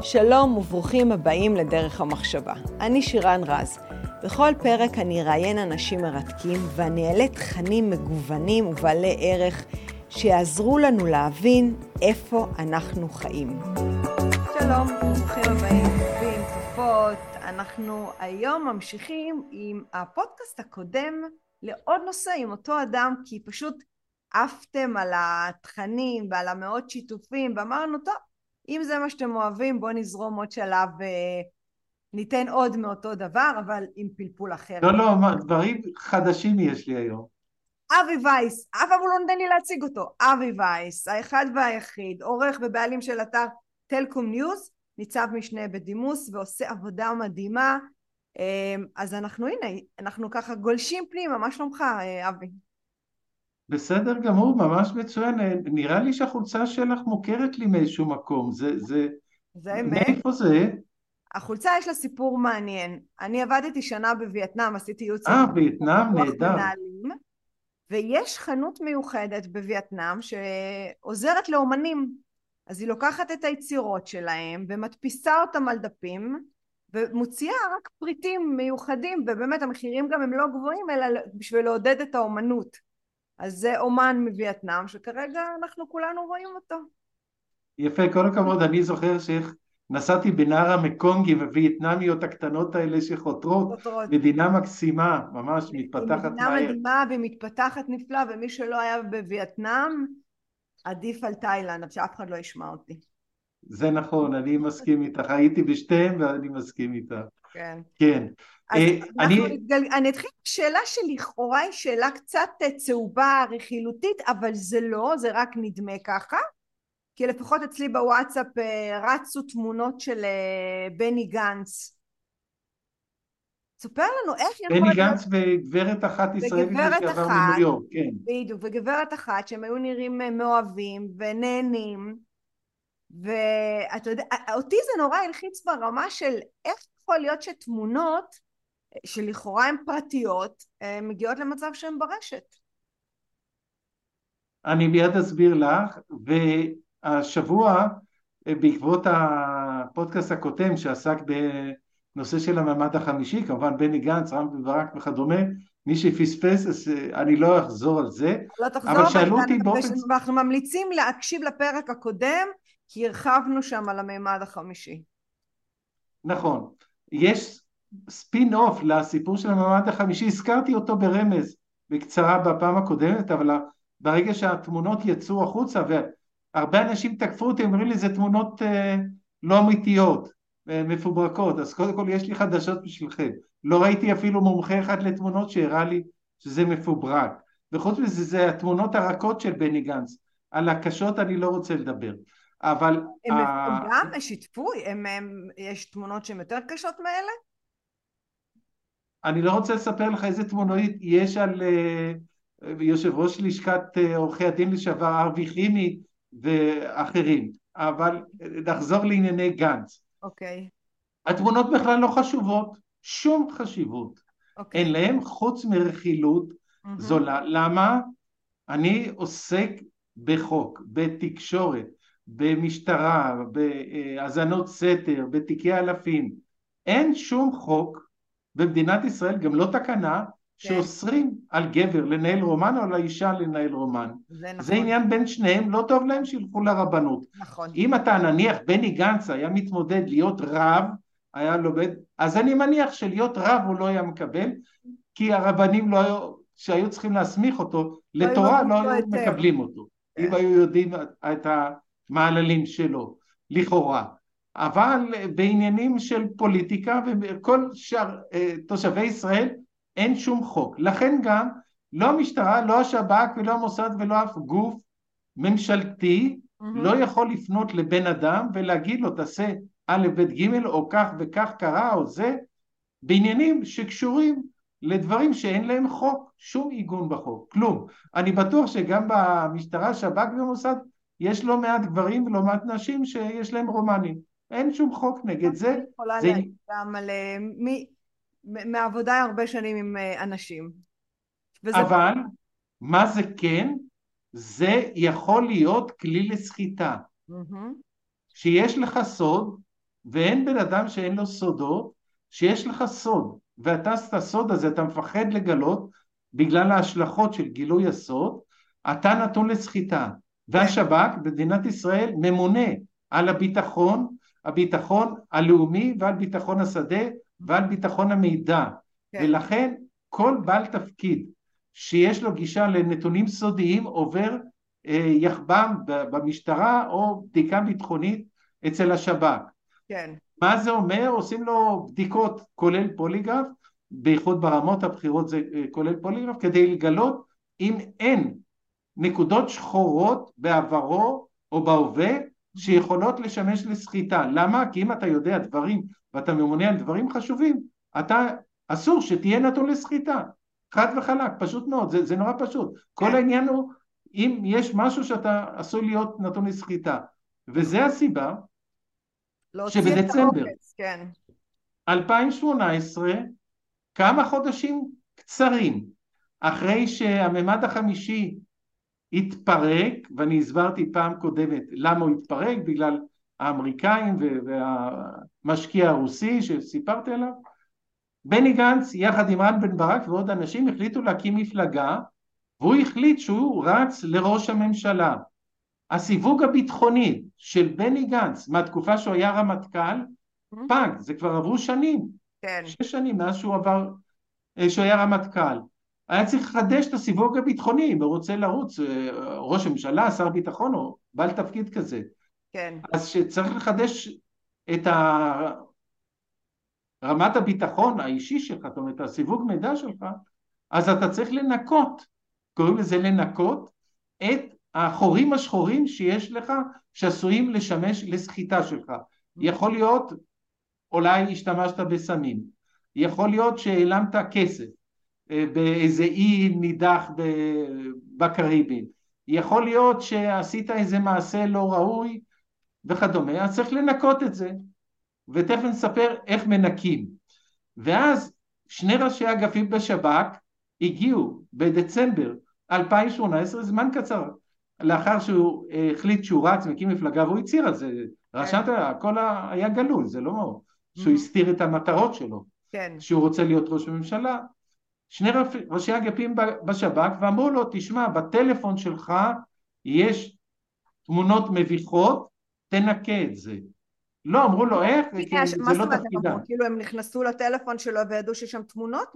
שלום וברוכים הבאים לדרך המחשבה. אני שירן רז. בכל פרק אני אראיין אנשים מרתקים ואני אעלה תכנים מגוונים ובעלי ערך שיעזרו לנו להבין איפה אנחנו חיים. שלום, ברוכים הבאים, צופים, צופות. אנחנו היום ממשיכים עם הפודקאסט הקודם לעוד נושא עם אותו אדם, כי פשוט עפתם על התכנים ועל המאות שיתופים ואמרנו, טוב, אם זה מה שאתם אוהבים, בואו נזרום עוד שלב וניתן עוד מאותו דבר, אבל עם פלפול אחר. לא, דברים חדשים יש לי היום. אבי וייס, אף פעם הוא לא נותן לי להציג אותו. אבי וייס, האחד והיחיד, עורך ובעלים של אתר טלקום ניוז, ניצב משנה בדימוס ועושה עבודה מדהימה. אז אנחנו ככה גולשים פנימה. מה שלומך, אבי? בסדר גמור, ממש מצוין. נראה לי שהחולצה שלך מוכרת לי מאיזשהו מקום. זה אמת. מאיפה זה? החולצה יש לה סיפור מעניין. אני עבדתי שנה בווייטנאם, עשיתי ייעוץ וייטנאם, נהדר. מנהלים, ויש חנות מיוחדת בווייטנאם שעוזרת לאומנים. אז היא לוקחת את היצירות שלהם ומדפיסה אותם על דפים, ומוציאה רק פריטים מיוחדים, ובאמת המחירים גם הם לא גבוהים, אלא בשביל לעודד את האומנות. אז זה אומן מווייטנאם, שכרגע אנחנו כולנו רואים אותו. יפה, כל הכבוד. אני זוכר נסעתי בנהר המקונגים, הווייטנמיות הקטנות האלה שחותרות, מדינה מקסימה, ממש מתפתחת מדינה מהר. מדהימה ומתפתחת נפלא, ומי שלא היה בווייטנאם, עדיף על תאילנד, שאף אחד לא ישמע אותי. זה נכון, אני מסכים איתך, הייתי בשתיהם ואני מסכים איתך. כן. כן. אז אני אתחיל שאלה שלכאורה היא שאלה קצת צהובה, רכילותית, אבל זה לא, זה רק נדמה ככה, כי לפחות אצלי בוואטסאפ רצו תמונות של בני גנץ. ספר לנו איך יכול בני גנץ וגברת אחת ישראלית לשעבר מניו יורק, כן. בדיוק, וגברת אחת שהם היו נראים מאוהבים ונהנים, ואתה יודע, אותי זה נורא הלחיץ ברמה של איך יכול להיות שתמונות שלכאורה הן פרטיות מגיעות למצב שהן ברשת. אני מיד אסביר לך, והשבוע בעקבות הפודקאסט הקודם שעסק בנושא של המעמד החמישי, כמובן בני גנץ, רם בן ברק וכדומה, מי שפספס, אז אני לא אחזור על זה. לא תחזור, אבל שאלו אותי באופן... אנחנו ממליצים להקשיב לפרק הקודם, כי הרחבנו שם על המעמד החמישי. נכון. יש ספין אוף לסיפור של המעמד החמישי, הזכרתי אותו ברמז בקצרה בפעם הקודמת, אבל ברגע שהתמונות יצאו החוצה, והרבה אנשים תקפו אותי, אמרו לי, זה תמונות לא אמיתיות, מפוברקות, אז קודם כל יש לי חדשות בשבילכם. לא ראיתי אפילו מומחה אחד לתמונות שהראה לי שזה מפוברק. וחוץ מזה, זה התמונות הרכות של בני גנץ. על הקשות אני לא רוצה לדבר. אבל... הם גם שיתפו, יש תמונות שהן יותר קשות מאלה? אני לא רוצה לספר לך איזה תמונות יש על יושב ראש לשכת עורכי הדין לשעבר ארווי חימי ואחרים, אבל נחזור לענייני גנץ. אוקיי. התמונות בכלל לא חשובות, שום חשיבות. אין להם חוץ מרכילות זולה. למה? אני עוסק בחוק, בתקשורת, במשטרה, בהאזנות סתר, בתיקי אלפים. אין שום חוק במדינת ישראל, גם לא תקנה, שאוסרים על גבר לנהל רומן או על האישה לנהל רומן. זה עניין בין שניהם, לא טוב להם שילכו לרבנות. נכון. אם אתה נניח בני גנץ היה מתמודד להיות רב, היה לובד, אז אני מניח שלהיות רב הוא לא היה מקבל, כי הרבנים לא היו, שהיו צריכים להסמיך אותו, לתורה לא היו מקבלים אותו, אם היו יודעים את המעללים שלו, לכאורה. אבל בעניינים של פוליטיקה וכל שאר תושבי ישראל אין שום חוק. לכן גם לא המשטרה, לא השב"כ ולא המוסד ולא אף גוף ממשלתי לא יכול לפנות לבן אדם ולהגיד לו תעשה א' ב' ג' או כך וכך קרה או זה, בעניינים שקשורים לדברים שאין להם חוק, שום עיגון בחוק, כלום. אני בטוח שגם במשטרה, שב"כ ומוסד יש לא מעט גברים ולא מעט נשים שיש להם רומנים. אין שום חוק נגד זה. אני יכולה להגיד גם על מעבודה הרבה שנים עם אנשים. אבל מה זה כן? זה יכול להיות כלי לסחיטה. שיש לך סוד ואין בן אדם שאין לו סודות, שיש לך סוד, ואתה את הסוד הזה, אתה מפחד לגלות, בגלל ההשלכות של גילוי הסוד, אתה נתון לסחיטה. כן, והשב"כ במדינת ישראל ממונה על הביטחון, הביטחון הלאומי ועל ביטחון השדה ועל ביטחון המידע. כן, ולכן כל בעל תפקיד שיש לו גישה לנתונים סודיים עובר יחב"ם במשטרה או בדיקה ביטחונית אצל השב"כ. כן. מה זה אומר? עושים לו בדיקות כולל פוליגרף, בייחוד ברמות הבחירות זה כולל פוליגרף, כדי לגלות אם אין נקודות שחורות בעברו או בהווה שיכולות לשמש לסחיטה. למה? כי אם אתה יודע דברים ואתה ממונה על דברים חשובים, אתה אסור שתהיה נתון לסחיטה. חד וחלק, פשוט מאוד, זה נורא פשוט. כל כן. העניין הוא אם יש משהו שאתה עשוי להיות נתון לסחיטה. וזה הסיבה להוציא את שבדצמבר העוקץ, כן. 2018, כמה חודשים קצרים אחרי שהממד החמישי התפרק, ואני הסברתי פעם קודמת למה הוא התפרק, בגלל האמריקאים והמשקיע הרוסי שסיפרתי עליו, בני גנץ יחד עם רם בן ברק ועוד אנשים החליטו להקים מפלגה, והוא החליט שהוא רץ לראש הממשלה. הסיווג הביטחוני של בני גנץ מהתקופה שהוא היה רמטכ"ל פג, זה כבר עברו שנים, כן. 6 שנים מאז שהוא עבר, שהוא היה רמטכ"ל. היה צריך לחדש את הסיווג הביטחוני, אם הוא רוצה לרוץ ראש הממשלה, שר ביטחון או בעל תפקיד כזה. כן. אז שצריך לחדש את רמת הביטחון האישי שלך, זאת אומרת, הסיווג מידע שלך, אז אתה צריך לנקות, קוראים לזה לנקות, את החורים השחורים שיש לך, שעשויים לשמש לסחיטה שלך. יכול להיות, אולי השתמשת בסמים, יכול להיות שהעלמת כסף, באיזה אי נידח בקריבים, יכול להיות שעשית איזה מעשה לא ראוי וכדומה, אז צריך לנקות את זה, ותכף נספר איך מנקים. ואז שני ראשי אגפים בשב"כ הגיעו בדצמבר 2018, זמן קצר לאחר שהוא החליט שהוא רץ, מקים מפלגה, והוא הצהיר על זה, רשמת, הכל היה גלוי, זה לא שהוא הסתיר את המטרות שלו, כן. שהוא רוצה להיות ראש ממשלה. שני ראשי אגפים בשב"כ ואמרו לו, תשמע, בטלפון שלך יש תמונות מביכות, תנקה את זה. לא, אמרו לו איך, כי זה לא תפקידם. כאילו הם נכנסו לטלפון שלו וידעו שיש שם תמונות?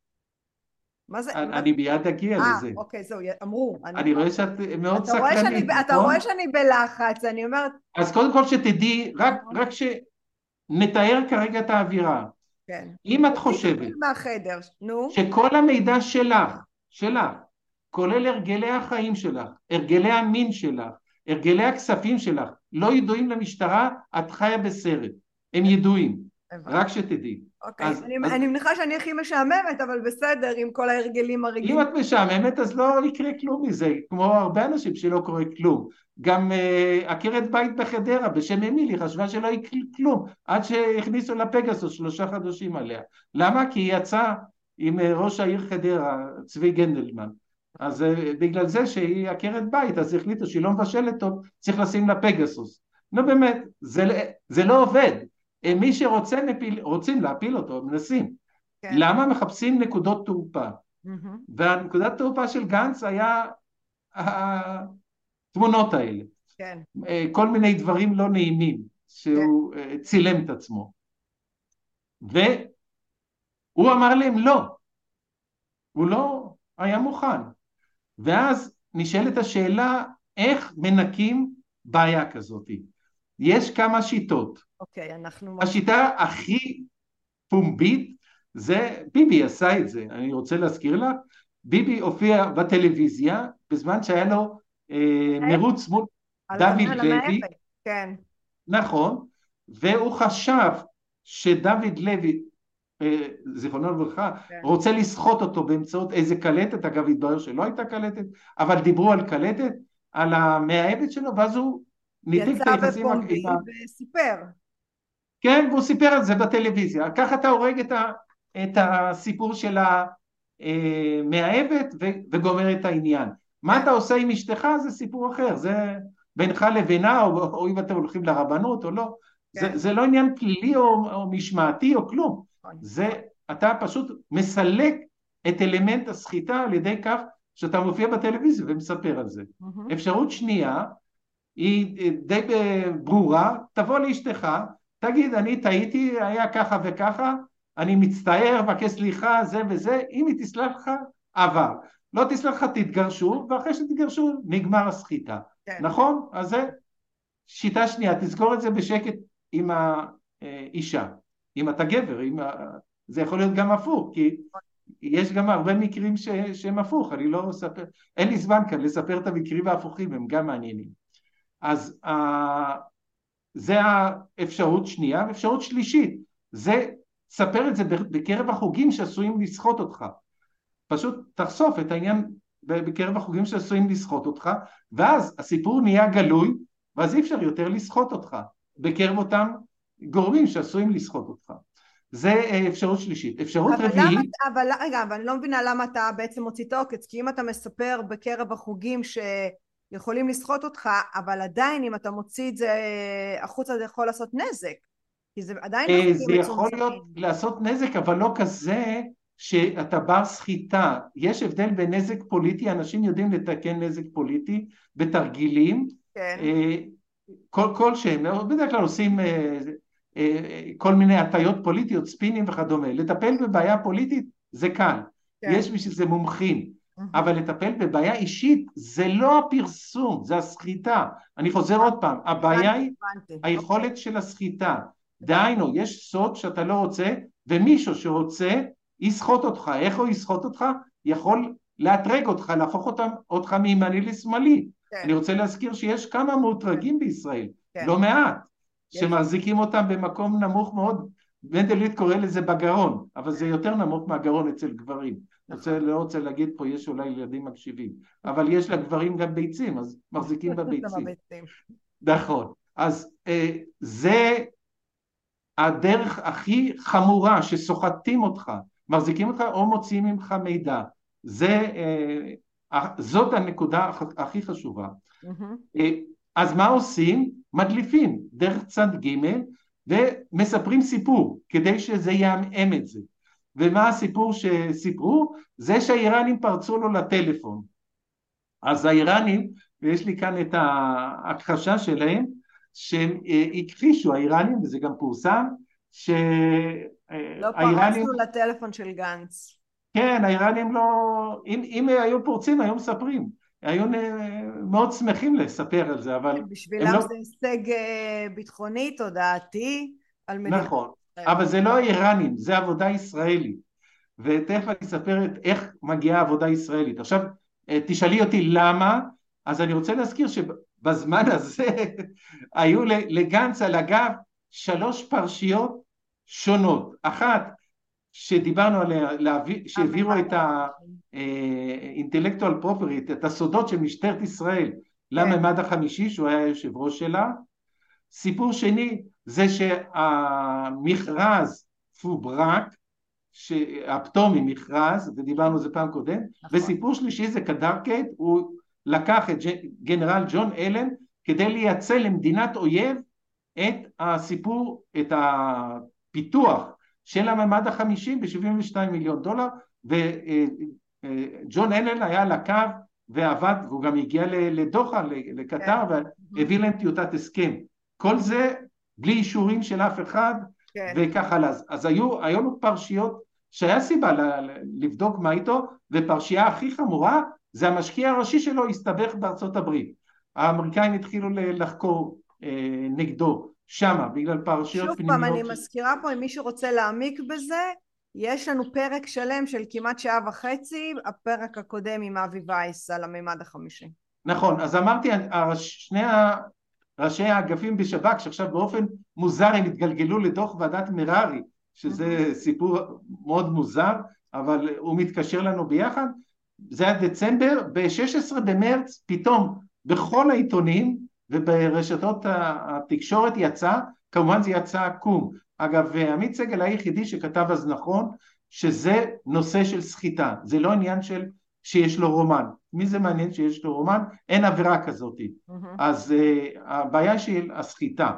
מה זה? אני ביד אגיע לזה. אוקיי, זהו, אמרו. אני רואה שאת מאוד סקרנית. אתה רואה שאני בלחץ, אני אומרת... אז קודם כל שתדעי, רק שנתאר כרגע את האווירה. כן. אם את חושבת מהחדר, נו. שכל המידע שלך, כולל הרגלי החיים שלך, הרגלי המין שלך, הרגלי הכספים שלך, לא ידועים למשטרה, את חיה בסרט. הם ידועים, רק שתדעי. אוקיי, אני מניחה שאני הכי משעממת, אבל בסדר, עם כל ההרגלים הרגילים. אם את משעממת, אז לא יקרה כלום מזה, כמו הרבה אנשים שלא קורה כלום. גם עקרת בית בחדרה, בשם אמילי, חשבה שלא יקרה כלום, עד שהכניסו לפגסוס 3 חודשים עליה. למה? כי היא יצאה עם ראש העיר חדרה, צבי גנדלמן. אז בגלל זה שהיא עקרת בית, אז החליטו שהיא לא מבשלת טוב, צריך לשים לה פגסוס. נו באמת, זה לא עובד. מי רוצים להפיל אותו, מנסים. כן. למה מחפשים נקודות תורפה? והנקודת תורפה של גנץ היה התמונות האלה. כן. כל מיני דברים לא נעימים, שהוא צילם את עצמו. והוא אמר להם לא. הוא לא היה מוכן. ואז נשאלת השאלה, איך מנקים בעיה כזאת? יש כמה שיטות. אוקיי, השיטה הכי פומבית, זה ביבי עשה את זה, אני רוצה להזכיר לך, ביבי הופיע בטלוויזיה, בזמן שהיה לו מרוץ מול דוד לוי, כן. נכון, והוא חשב שדוד לוי, זיכרונו לברכה, רוצה לסחוט אותו באמצעות איזה קלטת, אגב התברר שלא הייתה קלטת, אבל דיברו על קלטת, על המאהבת שלו, ואז הוא יצא בפומבי וסיפר. כן, והוא סיפר על זה בטלוויזיה. ככה אתה הורג את הסיפור של המאהבת וגומר את העניין. מה אתה עושה עם אשתך זה סיפור אחר, זה בינך לבינה, או אם אתם הולכים לרבנות או לא, כן. זה לא עניין פלילי או משמעתי או כלום. נכון. אתה פשוט מסלק את אלמנט הסחיטה על ידי כך שאתה מופיע בטלוויזיה ומספר על זה. אפשרות שנייה היא די ברורה, תבוא לאשתך, תגיד אני טעיתי, היה ככה וככה, אני מצטער, מבקש סליחה, זה וזה, אם היא תסלח לך, עבר. לא תסלח לך, תתגרשו, ואחרי שתתגרשו, נגמר הסחיטה. כן. נכון? אז זה שיטה שנייה, תזכור את זה בשקט עם האישה. אם אתה גבר, זה יכול להיות גם הפוך, כי יש גם הרבה מקרים שהם הפוך, אני לא אספר, אין לי זמן כאן לספר את המקרים ההפוכים, הם גם מעניינים. אז זה האפשרות שנייה. ואפשרות שלישית, זה ספר את זה בקרב החוגים שעשויים לסחוט אותך. פשוט תחשוף את העניין בקרב החוגים שעשויים לסחוט אותך, ואז הסיפור נהיה גלוי, ואז אי אפשר יותר לסחוט אותך, בקרב אותם גורמים שעשויים לסחוט אותך. זה אפשרות שלישית. אפשרות רביעית... אבל אני לא מבינה למה אתה בעצם מוציא את העוקץ, כי אם אתה מספר בקרב החוגים שיכולים לסחוט אותך, אבל עדיין אם אתה מוציא את זה החוצה זה יכול לעשות נזק, כי זה עדיין בחוגים מצומצמים. זה יכול להיות לעשות נזק, אבל לא כזה שאתה בר סחיטה. יש הבדל בין נזק פוליטי, אנשים יודעים לתקן נזק פוליטי בתרגילים, כן. כל שהם, בדרך כלל עושים כל מיני הטיות פוליטיות, ספינים וכדומה. לטפל בבעיה פוליטית זה קל, כן. יש בשביל זה מומחים, אבל לטפל בבעיה אישית זה לא הפרסום, זה הסחיטה. אני חוזר עוד פעם, הבעיה היא היכולת של הסחיטה. דהיינו, יש סוד שאתה לא רוצה, ומישהו שרוצה יסחוט אותך. איך הוא יסחוט אותך? יכול לאתרג אותך, להפוך אותך מימני לשמאלי. אני רוצה להזכיר שיש כמה מאותרגים בישראל, לא מעט, שמחזיקים אותם במקום נמוך מאוד. מנדלבליט קורא לזה בגרון, אבל זה יותר נמוך מהגרון אצל גברים. לא רוצה להגיד פה, יש אולי ילדים מקשיבים, אבל יש לגברים גם ביצים, אז מחזיקים בביצים. נכון. אז זה הדרך הכי חמורה, שסוחטים אותך, מחזיקים אותך או מוציאים ממך מידע. זאת הנקודה הכי חשובה. אז מה עושים? מדליפים דרך צד ג' ומספרים סיפור כדי שזה יעמעם את זה. ומה הסיפור שסיפרו? זה שהאיראנים פרצו לו לטלפון. אז האיראנים, ויש לי כאן את ההכחשה שלהם, שהם הכחישו, האיראנים, וזה גם פורסם, לא פרצנו לטלפון של גנץ. כן, האיראנים לא, אם היו פורצים, היו מספרים. היו מאוד שמחים לספר על זה, אבל... בשבילם זה הישג ביטחוני, תודעתי. נכון, אבל זה לא האיראנים, זה עבודה ישראלית. ותכף אני אספר איך מגיעה עבודה ישראלית. עכשיו, תשאלי אותי למה, אז אני רוצה להזכיר שבזמן הזה היו לגנץ על הגב 3 פרשיות שונות. אחת, שדיברנו עליה, שהעבירו את האינטלקטואל פרופרטי, את הסודות של משטרת ישראל לממד החמישי, שהוא היה יושב ראש שלה. סיפור שני, זה שהמכרז פוברק, הפטור ממכרז, ודיברנו על זה פעם קודם, וסיפור שלישי זה קדרקט, הוא לקח את גנרל ג'ון אלן, כדי לייצא למדינת אויב את הסיפור, את הפיתוח, של הממד החמישי ב$72 מיליון, וג'ון אלן היה על הקו ועבד, והוא גם הגיע לדוחה, לקטר, והביא להם טיוטת הסכם. כל זה בלי אישורים של אף אחד, וכך הלאה. אז היו לנו פרשיות שהיה סיבה לבדוק מה איתו, ופרשייה הכי חמורה זה המשקיע הראשי שלו הסתבך בארצות הברית. האמריקאים התחילו לחקור נגדו שמה, בגלל פרשיות פנימיות. שוב פעם, אני מזכירה פה, אם מישהו רוצה להעמיק בזה, יש לנו פרק שלם של כמעט 1.5 שעות, הפרק הקודם עם אבי וייס על הממד החמישי. נכון, אז אמרתי, שני ראשי האגפים בשב"כ, שעכשיו באופן מוזר הם התגלגלו לדוח ועדת מררי, שזה סיפור מאוד מוזר, אבל הוא מתקשר לנו ביחד. זה היה דצמבר, ב-16 במרץ, פתאום בכל העיתונים, וברשתות התקשורת יצא, כמובן זה יצא עקום. אגב, עמית סגל היחידי שכתב אז נכון, שזה נושא של סחיטה, זה לא עניין שיש לו רומן. מי זה מעניין שיש לו רומן? אין עבירה כזאת. אז הבעיה של הסחיטה.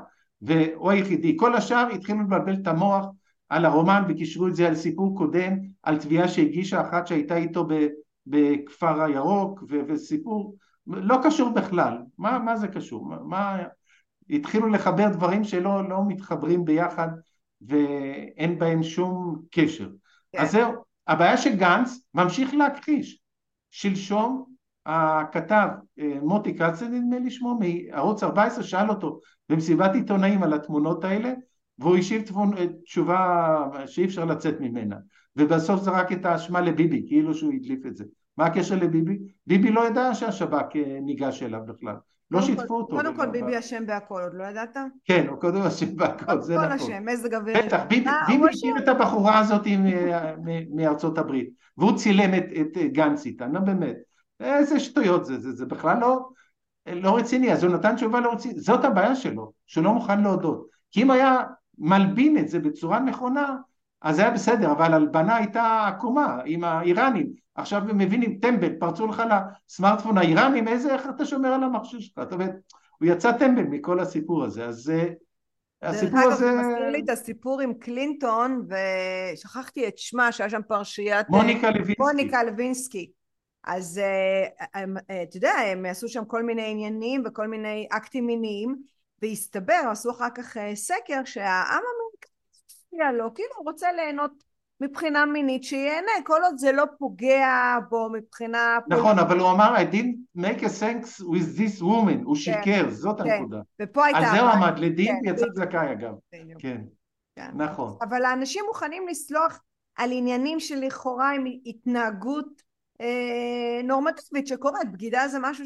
והוא היחידי. כל השאר התחילו לבלבל את המוח על הרומן וקישרו את זה על סיפור קודם, על תביעה שהגישה אחת שהייתה איתו בכפר הירוק, וסיפור לא קשור בכלל. מה זה קשור? התחילו לחבר דברים שלא מתחברים ביחד ואין בהם שום קשר. כן. אז זהו, הבעיה שגנץ ממשיך להכחיש. שלשום הכתב מוטי קצה, נדמה לי שמו, מערוץ 14, שאל אותו במסיבת עיתונאים על התמונות האלה, והוא השיב תשובה שאי אפשר לצאת ממנה, ובסוף זרק את האשמה לביבי, כאילו שהוא הדליף את זה. מה הקשר לביבי? ביבי לא ידע שהשב"כ ניגש אליו בכלל, לא שיתפו אותו. קודם כל ביבי אשם בהכל, עוד לא ידעת? כן, הוא קודם אשם בהכל, זה נכון. כל אשם, מזג אוויר. בטח, ביבי הכיר את הבחורה הזאת מארצות הברית, והוא צילם את גנץ איתה, נו באמת, איזה שטויות זה בכלל לא רציני. אז הוא נתן תשובה לא רציני, זאת הבעיה שלו, שהוא לא מוכן להודות, כי אם היה מלבין את זה בצורה נכונה, אז זה היה בסדר, אבל הלבנה הייתה עקומה עם האיראנים. עכשיו הם מבינים, טמבל, פרצו לך לסמארטפון האיראנים, איך אתה שומר על המכשיר שלך? זאת אומרת, הוא יצא טמבל מכל הסיפור הזה, אז דרך אגב, זה מזכיר לי את הסיפור עם קלינטון, ושכחתי את שמה, שהיה שם פרשיית מוניקה לוינסקי. אז אתה יודע, הם עשו שם כל מיני עניינים וכל מיני אקטים מיניים, והסתבר, עשו אחר כך סקר שהעם אמריקאי לו, כאילו הוא רוצה ליהנות מבחינה מינית, שיהנה, כל עוד זה לא פוגע בו מבחינה... נכון, אבל הוא אמר, I didn't make a sex with this woman, הוא שיקר, זאת הנקודה. על זה הוא עמד לדין, ויצא זכאי אגב. כן, נכון. אבל האנשים מוכנים לסלוח על עניינים שלכאורה עם התנהגות נורמטיבית שקורית. בגידה זה משהו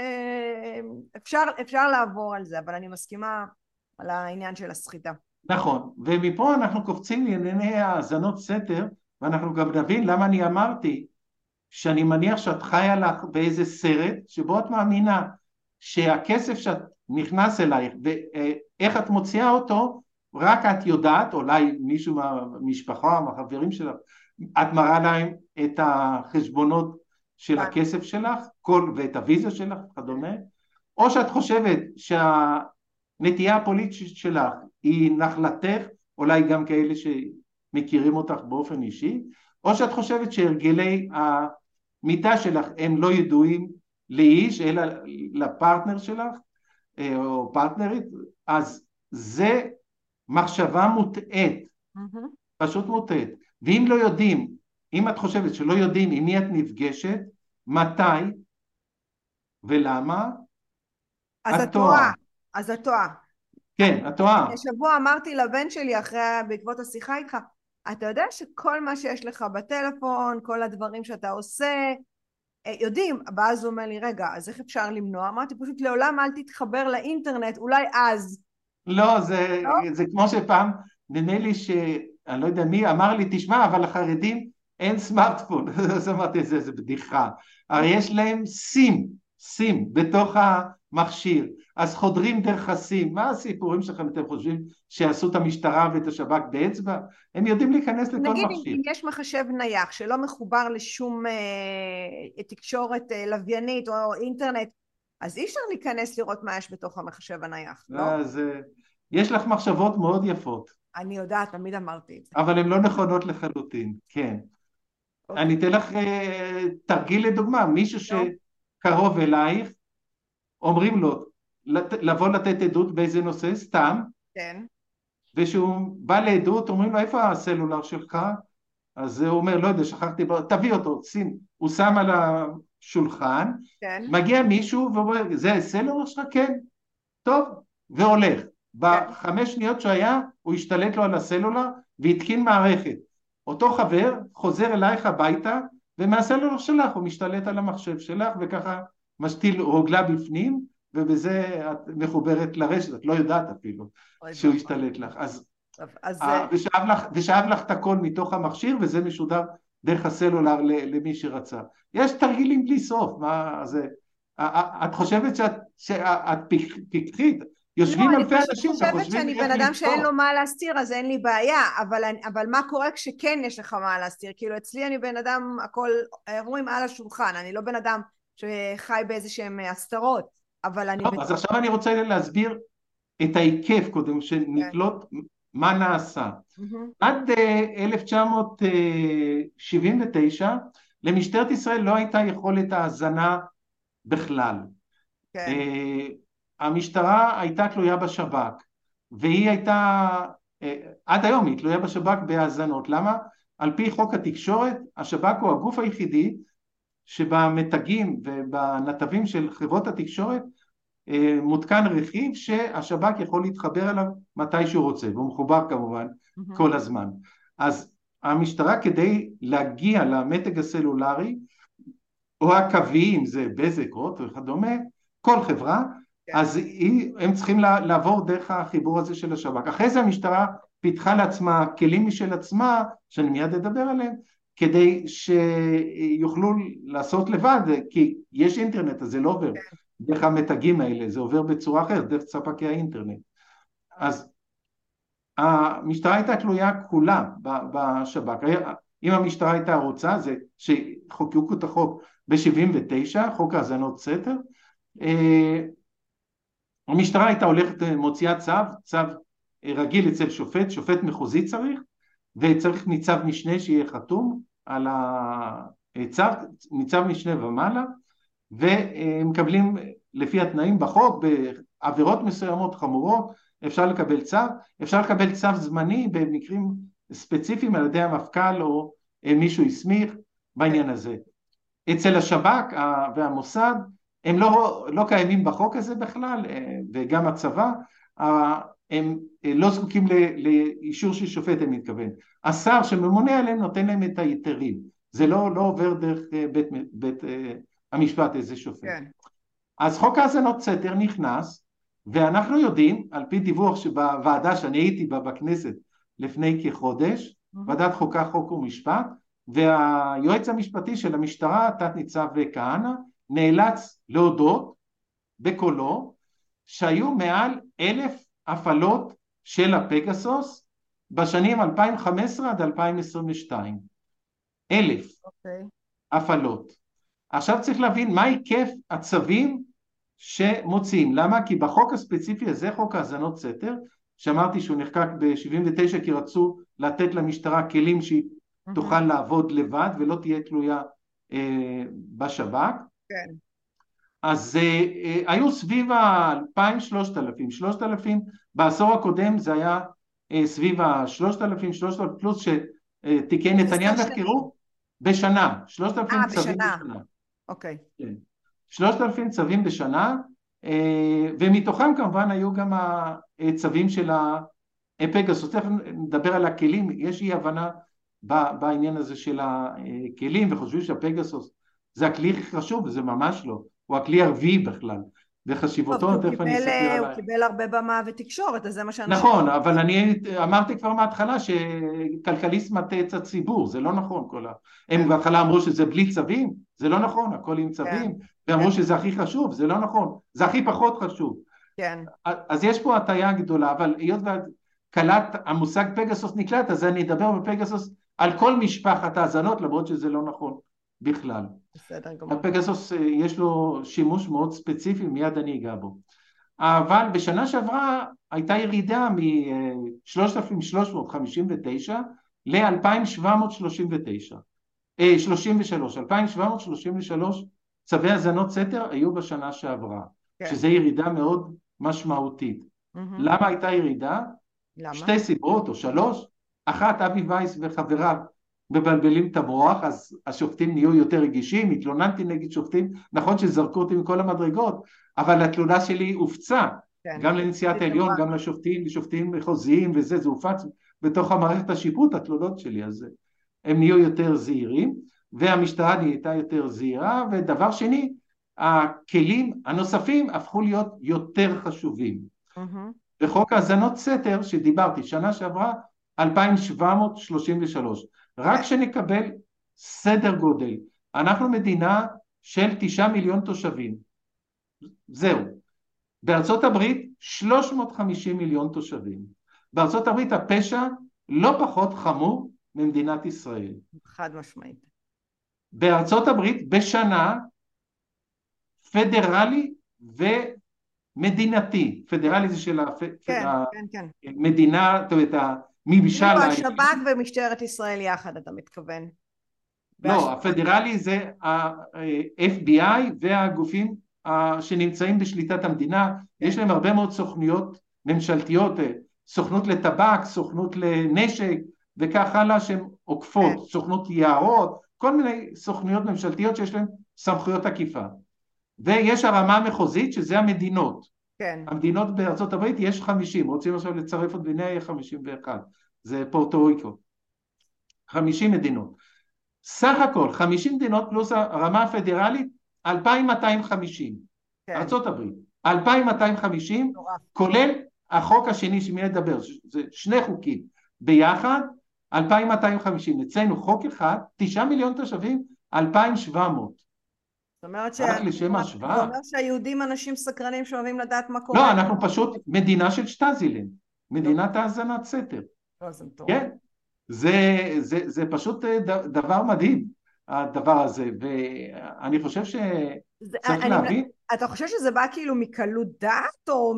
שאפשר לעבור על זה, אבל אני מסכימה על העניין של הסחיטה. נכון, ומפה אנחנו קופצים לענייני האזנות סתר, ואנחנו גם נבין למה אני אמרתי שאני מניח שאת חיה לך באיזה סרט שבו את מאמינה שהכסף שאת נכנס אלייך ואיך את מוציאה אותו רק את יודעת, אולי מישהו מהמשפחה, מהחברים שלך, את מראה להם את החשבונות של הכסף שלך ואת הוויזה שלך וכדומה, או שאת חושבת שהנטייה הפוליטית שלך היא נחלתך, אולי גם כאלה שמכירים אותך באופן אישי, או שאת חושבת שהרגלי המיטה שלך הם לא ידועים לאיש, אלא לפרטנר שלך, או פרטנרית, אז זה מחשבה מוטעת, פשוט מוטעת. ואם לא יודעים, אם את חושבת שלא יודעים עם מי את נפגשת, מתי ולמה, את טועה. אז את טועה. כן, את טועה. השבוע אמרתי לבן שלי בעקבות השיחה איתך, אתה יודע שכל מה שיש לך בטלפון, כל הדברים שאתה עושה, יודעים, ואז הוא אומר לי, רגע, אז איך אפשר למנוע? אמרתי, פשוט לעולם אל תתחבר לאינטרנט, אולי אז. לא, זה כמו שפעם, נדמה לי אני לא יודע מי, אמר לי, תשמע, אבל לחרדים אין סמארטפון. אז אמרתי, זה בדיחה. הרי יש להם סים בתוך המכשיר, אז חודרים דרך הסים. מה הסיפורים שלכם, אתם חושבים שיעשו את המשטרה ואת השב"כ באצבע? הם יודעים להיכנס לכל מכשיר. נגיד, אם יש מחשב נייח שלא מחובר לשום תקשורת לוויינית או אינטרנט, אז אי אפשר להיכנס לראות מה יש בתוך המחשב הנייח, לא? אז יש לך מחשבות מאוד יפות. אני יודעת, תמיד אמרתי את זה. אבל הן לא נכונות לחלוטין, כן. אני אתן לך תרגיל לדוגמה, מישהו שקרוב אלייך, אומרים לו לבוא לתת עדות באיזה נושא, סתם, כן. ושהוא בא לעדות, אומרים לו, איפה הסלולר שלך? אז הוא אומר, לא יודע, שכחתי, תביא אותו, הוא שם על השולחן, כן. מגיע מישהו ואומר, זה הסלולר שלך? כן. טוב, והולך. ב5 שניות שהיה, הוא השתלט לו על הסלולר והתקין מערכת. אותו חבר חוזר אלייך הביתה, ומהסלולר שלך הוא משתלט על המחשב שלך, וככה משתיל רוגלה בפנים, ובזה את מחוברת לרשת, את לא יודעת אפילו שהוא השתלט לך. ושאב לך את הכל מתוך המכשיר, וזה משודר דרך הסלולר למי שרצה. יש תרגילים בלי סוף, מה זה? את חושבת שאת פיקחית, יושבים אלפי אנשים, אני חושבת שאני בן אדם שאין לו מה להסתיר, אז אין לי בעיה, אבל מה קורה כשכן יש לך מה להסתיר? כאילו אצלי אני בן אדם, הכל רואים על השולחן, אני לא בן אדם שחי באיזה שהם הסתרות, אבל אני... טוב, אז עכשיו אני רוצה להסביר את ההיקף קודם, שנקלוט מה נעשה. עד 1979 למשטרת ישראל לא הייתה יכולת האזנה בכלל. המשטרה הייתה תלויה בשב"כ, והיא הייתה, עד היום היא תלויה בשב"כ בהאזנות. למה? על פי חוק התקשורת, השב"כ הוא הגוף היחידי שבמתגים ובנתבים של חברות התקשורת מותקן רכיב שהשב"כ יכול להתחבר אליו מתי שהוא רוצה, והוא מחובר כמובן כל הזמן. אז המשטרה, כדי להגיע למתג הסלולרי או הקוויים, זה בזק, הוט וכדומה, כל חברה, אז הם צריכים לעבור דרך החיבור הזה של השב"כ. אחרי זה המשטרה פיתחה לעצמה כלים משל עצמה, שאני מיד אדבר עליהם, כדי שיוכלו לעשות לבד, כי יש אינטרנט, אז זה לא עובר דרך המתגים האלה, זה עובר בצורה אחרת, דרך ספקי האינטרנט. אז המשטרה הייתה תלויה כולה בשב"כ. אם המשטרה הייתה רוצה, זה שחוקקו את החוק ב-79, חוק האזנות סתר, המשטרה הייתה הולכת, מוציאה צו רגיל אצל שופט, שופט מחוזי צריך, וצריך ניצב משנה שיהיה חתום על הצו, ניצב משנה ומעלה, ומקבלים לפי התנאים בחוק, בעבירות מסוימות חמורות, אפשר לקבל צו זמני במקרים ספציפיים על ידי המפכ"ל או מישהו הסמיך בעניין הזה. אצל השב"כ והמוסד הם לא קיימים בחוק הזה בכלל, וגם הצבא, הם לא זקוקים לאישור של שופט, הם מתכוון. השר שממונה עליהם נותן להם את היתרים, זה לא עובר דרך בית המשפט איזה שופט. כן. אז חוק האזנות סתר נכנס, ואנחנו יודעים, על פי דיווח שבוועדה שאני הייתי בה בכנסת לפני כחודש, ועדת חוקה, חוק ומשפט, והיועץ המשפטי של המשטרה, תת ניצב כהנא, נאלץ להודות בקולו, שהיו מעל 1,000 הפעלות של הפגסוס, בשנים 2015 עד 2022. 1,000 הפעלות. עכשיו צריך להבין מה היקף הצווים שמוציאים. למה? כי בחוק הספציפי הזה, חוק האזנות סתר, שאמרתי שהוא נחקק ב-79 כי רצו לתת למשטרה כלים שהיא תוכל לעבוד לבד ולא תהיה תלויה בשב"כ. כן. אז היו סביב ה-2,000, 3,000, 3,000, בעשור הקודם זה היה סביב ה-3,000, 3,000 פלוס שתיקי נתניהו נחקרו בשנה, 3,000 צווים בשנה. אוקיי. כן. 3,000 צווים בשנה, ומתוכם כמובן היו גם הצווים של הפגסוס. תכף נדבר על הכלים, יש אי הבנה בעניין הזה של הכלים, וחושבים שהפגסוס זה הכלי הכי חשוב, וזה ממש לא, הוא הכלי הרביעי בכלל, וחשיבותו, תכף אני אספר עליי. הוא קיבל הרבה במה ותקשורת, אז זה מה שאנשים... נכון, אבל אני אמרתי כבר מההתחלה שכלכליסט מטעה את הציבור, זה לא נכון כל הם בהתחלה אמרו שזה בלי צווים, זה לא נכון, הכל עם צווים, ואמרו שזה הכי חשוב, זה לא נכון, זה הכי פחות חשוב. כן. אז יש פה הטעיה גדולה, אבל היות וקלט המושג פגסוס נקלט, אז אני אדבר בפגסוס על כל משפחת האזנות, למרות שזה לא נכון בכלל. בסדר גמור. הפגסוס יש לו שימוש מאוד ספציפי, מיד אני אגע בו. אבל בשנה שעברה הייתה ירידה מ-3,359 ל-2,739. 2,733 צווי האזנות סתר היו בשנה שעברה, שזה ירידה מאוד משמעותית. למה הייתה ירידה? שתי סיבות או שלוש. אחת, אבי וייס וחבריו מבלבלים את המוח, אז השופטים נהיו יותר רגישים, התלוננתי נגד שופטים, נכון שזרקו אותי מכל המדרגות, אבל התלונה שלי הופצה, גם לנשיאת העליון, גם לשופטים, לשופטים מחוזיים וזה, זה הופץ בתוך המערכת השיפוט, התלונות שלי, אז הם נהיו יותר זהירים, והמשטרה נהייתה יותר זהירה, ודבר שני, הכלים הנוספים הפכו להיות יותר חשובים. בחוק האזנות סתר שדיברתי, שנה שעברה, 2,733, רק שנקבל סדר גודל, אנחנו מדינה של 9 מיליון תושבים, זהו. בארצות הברית 350 מיליון תושבים, בארצות הברית הפשע לא פחות חמור ממדינת ישראל. חד משמעית. בארצות הברית בשנה פדרלי מדינתי, פדרלי זה של כן, כן, כן. המדינה, זאת אומרת, הממשל. כאילו השב"כ ומשטרת ישראל יחד, אתה מתכוון. לא, הפדרלי זה ה-FBI והגופים שנמצאים בשליטת המדינה, יש להם הרבה מאוד סוכנויות ממשלתיות, סוכנות לטבק, סוכנות לנשק וכך הלאה שהן עוקפות, סוכנות יערות, כל מיני סוכנויות ממשלתיות שיש להן סמכויות עקיפה. ויש הרמה המחוזית שזה המדינות. כן. המדינות בארצות הברית יש 50, רוצים עכשיו לצרף עוד ביניהם יהיה 51, זה פורטו ריקו. 50 מדינות. סך הכל 50 מדינות פלוס הרמה הפדרלית 2250. כן. ארצות הברית 2250, כולל החוק השני שמי לדבר, זה שני חוקים ביחד 2250. אצלנו חוק אחד 9 מיליון תושבים 2700. זאת אומרת רק לשם השוואה. זה אומר שהיהודים אנשים סקרנים שאוהבים לדעת מה קורה. לא, אנחנו פשוט מדינה של שטאזילן, מדינת האזנת סתר. לא, זה מטורף. כן, זה פשוט דבר מדהים, הדבר הזה, ואני חושב שצריך להבין. אתה חושב שזה בא כאילו מקלות דעת, או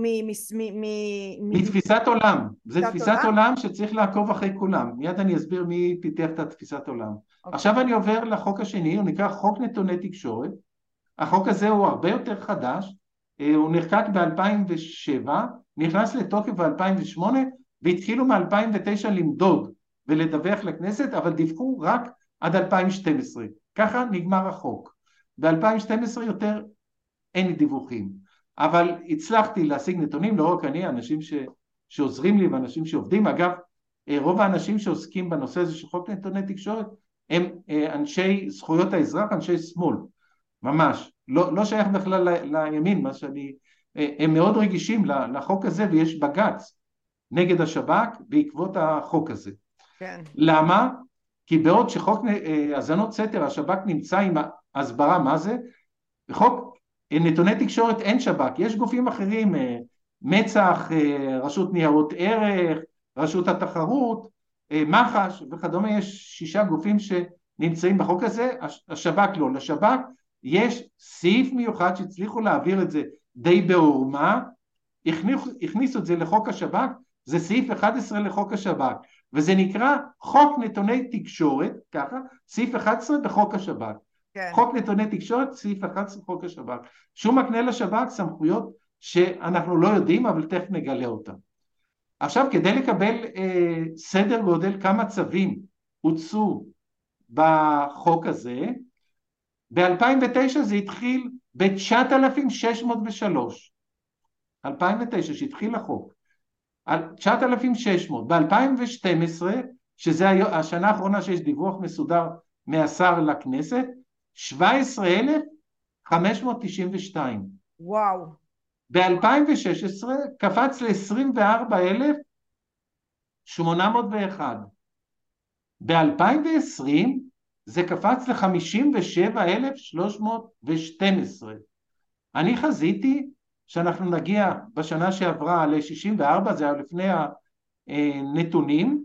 מתפיסת עולם, זה תפיסת עולם שצריך לעקוב אחרי כולם, מיד אני אסביר מי פיתח את התפיסת עולם. עכשיו אני עובר לחוק השני, הוא נקרא חוק נתוני תקשורת, החוק הזה הוא הרבה יותר חדש, הוא נחקק ב-2007, נכנס לתוקף ב-2008, והתחילו מ-2009 למדוד ולדווח לכנסת, אבל דיווחו רק עד 2012. ככה נגמר החוק. ב-2012 יותר אין דיווחים. אבל הצלחתי להשיג נתונים, לא רק אני, אנשים שעוזרים לי ואנשים שעובדים. אגב, רוב האנשים שעוסקים בנושא הזה של חוק נתוני תקשורת, הם אנשי זכויות האזרח, אנשי שמאל. ממש. לא שייך בכלל לימין, מה שאני... הם מאוד רגישים לחוק הזה, ויש בג"ץ נגד השב"כ בעקבות החוק הזה. כן. למה? כי בעוד שחוק האזנות סתר, השב"כ נמצא עם הסברה מה זה, בחוק נתוני תקשורת אין שב"כ, יש גופים אחרים, מצ"ח, רשות ניירות ערך, רשות התחרות, מח"ש וכדומה, יש 6 גופים שנמצאים בחוק הזה, השב"כ לא, לשב"כ יש סעיף מיוחד שהצליחו להעביר את זה די בעורמה, הכניסו את זה לחוק השב"כ, זה סעיף 11 לחוק השב"כ, וזה נקרא חוק נתוני תקשורת, ככה, סעיף 11 בחוק השב"כ. כן. חוק נתוני תקשורת, סעיף 11 בחוק השב"כ. שהוא מקנה לשב"כ סמכויות שאנחנו לא יודעים, אבל תכף נגלה אותן. עכשיו, כדי לקבל סדר גודל כמה צווים הוצאו בחוק הזה, ב-2009 זה התחיל ב-9,603. 2009 שהתחיל החוק. 9,600. ב-2012, שזה השנה האחרונה שיש דיווח מסודר מהשר לכנסת, 17,592. וואו. ב-2016 קפץ ל-24,801. ב-2020 זה קפץ ל-57,312. אני חזיתי שאנחנו נגיע בשנה שעברה ל-64, זה היה לפני הנתונים,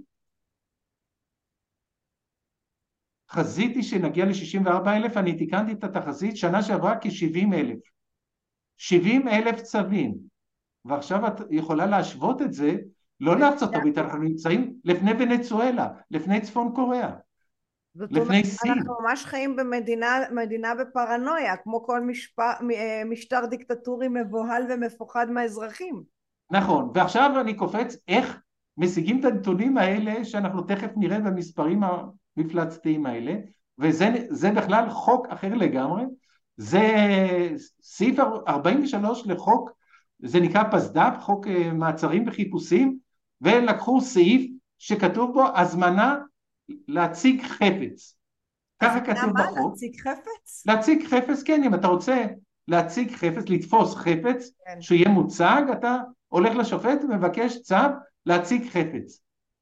חזיתי שנגיע ל-64,000, אני תיקנתי את התחזית, שנה שעברה כ-70,000. 70,000 צווים, ועכשיו את יכולה להשוות את זה, לא לארצות הברית, אנחנו נמצאים לפני ונצואלה, לפני צפון קוריאה, לפני סין. אנחנו ממש חיים במדינה בפרנויה, כמו כל משטר דיקטטורי מבוהל ומפוחד מהאזרחים. נכון, ועכשיו אני קופץ איך משיגים את הנתונים האלה, שאנחנו תכף נראה במספרים המפלצתיים האלה, וזה בכלל חוק אחר לגמרי, זה סעיף 43 לחוק, זה נקרא פסד"פ, חוק מעצרים וחיפושים, ולקחו סעיף שכתוב בו הזמנה להציג חפץ. ככה כתוב בחוק. להציג חפץ? להציג חפץ, כן, אם אתה רוצה להציג חפץ, לתפוס חפץ, כן. שיהיה מוצג, אתה הולך לשופט ומבקש צו להציג חפץ.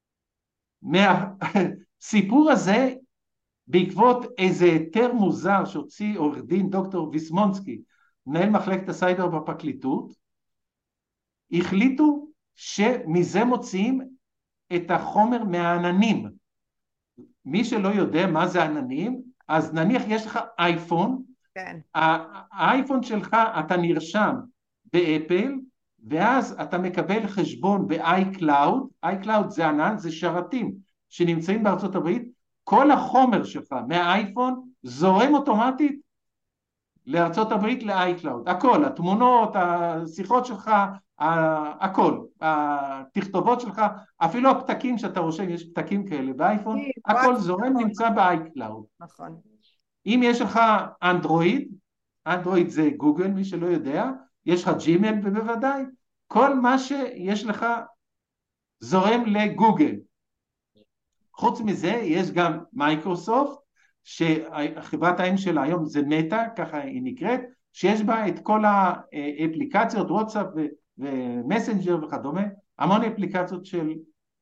מהסיפור הזה, בעקבות איזה היתר מוזר שהוציא עורך דין דוקטור ויסמונסקי, מנהל מחלקת הסייבר בפרקליטות, החליטו שמזה מוציאים את החומר מהעננים. מי שלא יודע מה זה עננים, אז נניח יש לך אייפון, כן. האייפון שלך אתה נרשם באפל, ואז אתה מקבל חשבון ב-iCloud, iCloud זה ענן, זה שרתים שנמצאים בארצות הברית, כל החומר שלך מהאייפון זורם אוטומטית לארצות הברית ל-iCloud, הכל, התמונות, השיחות שלך, הכל, התכתובות שלך, אפילו הפתקים שאתה רושם, יש פתקים כאלה באייפון, הכל זורם, נמצא ב-iCloud. נכון. אם יש לך אנדרואיד, אנדרואיד זה גוגל, מי שלא יודע, יש לך ג'ימל ובוודאי, כל מה שיש לך זורם לגוגל. חוץ מזה יש גם מייקרוסופט, שחברת האם שלה היום זה מטא, ככה היא נקראת, שיש בה את כל האפליקציות, וואטסאפ ומסנג'ר וכדומה, המון אפליקציות של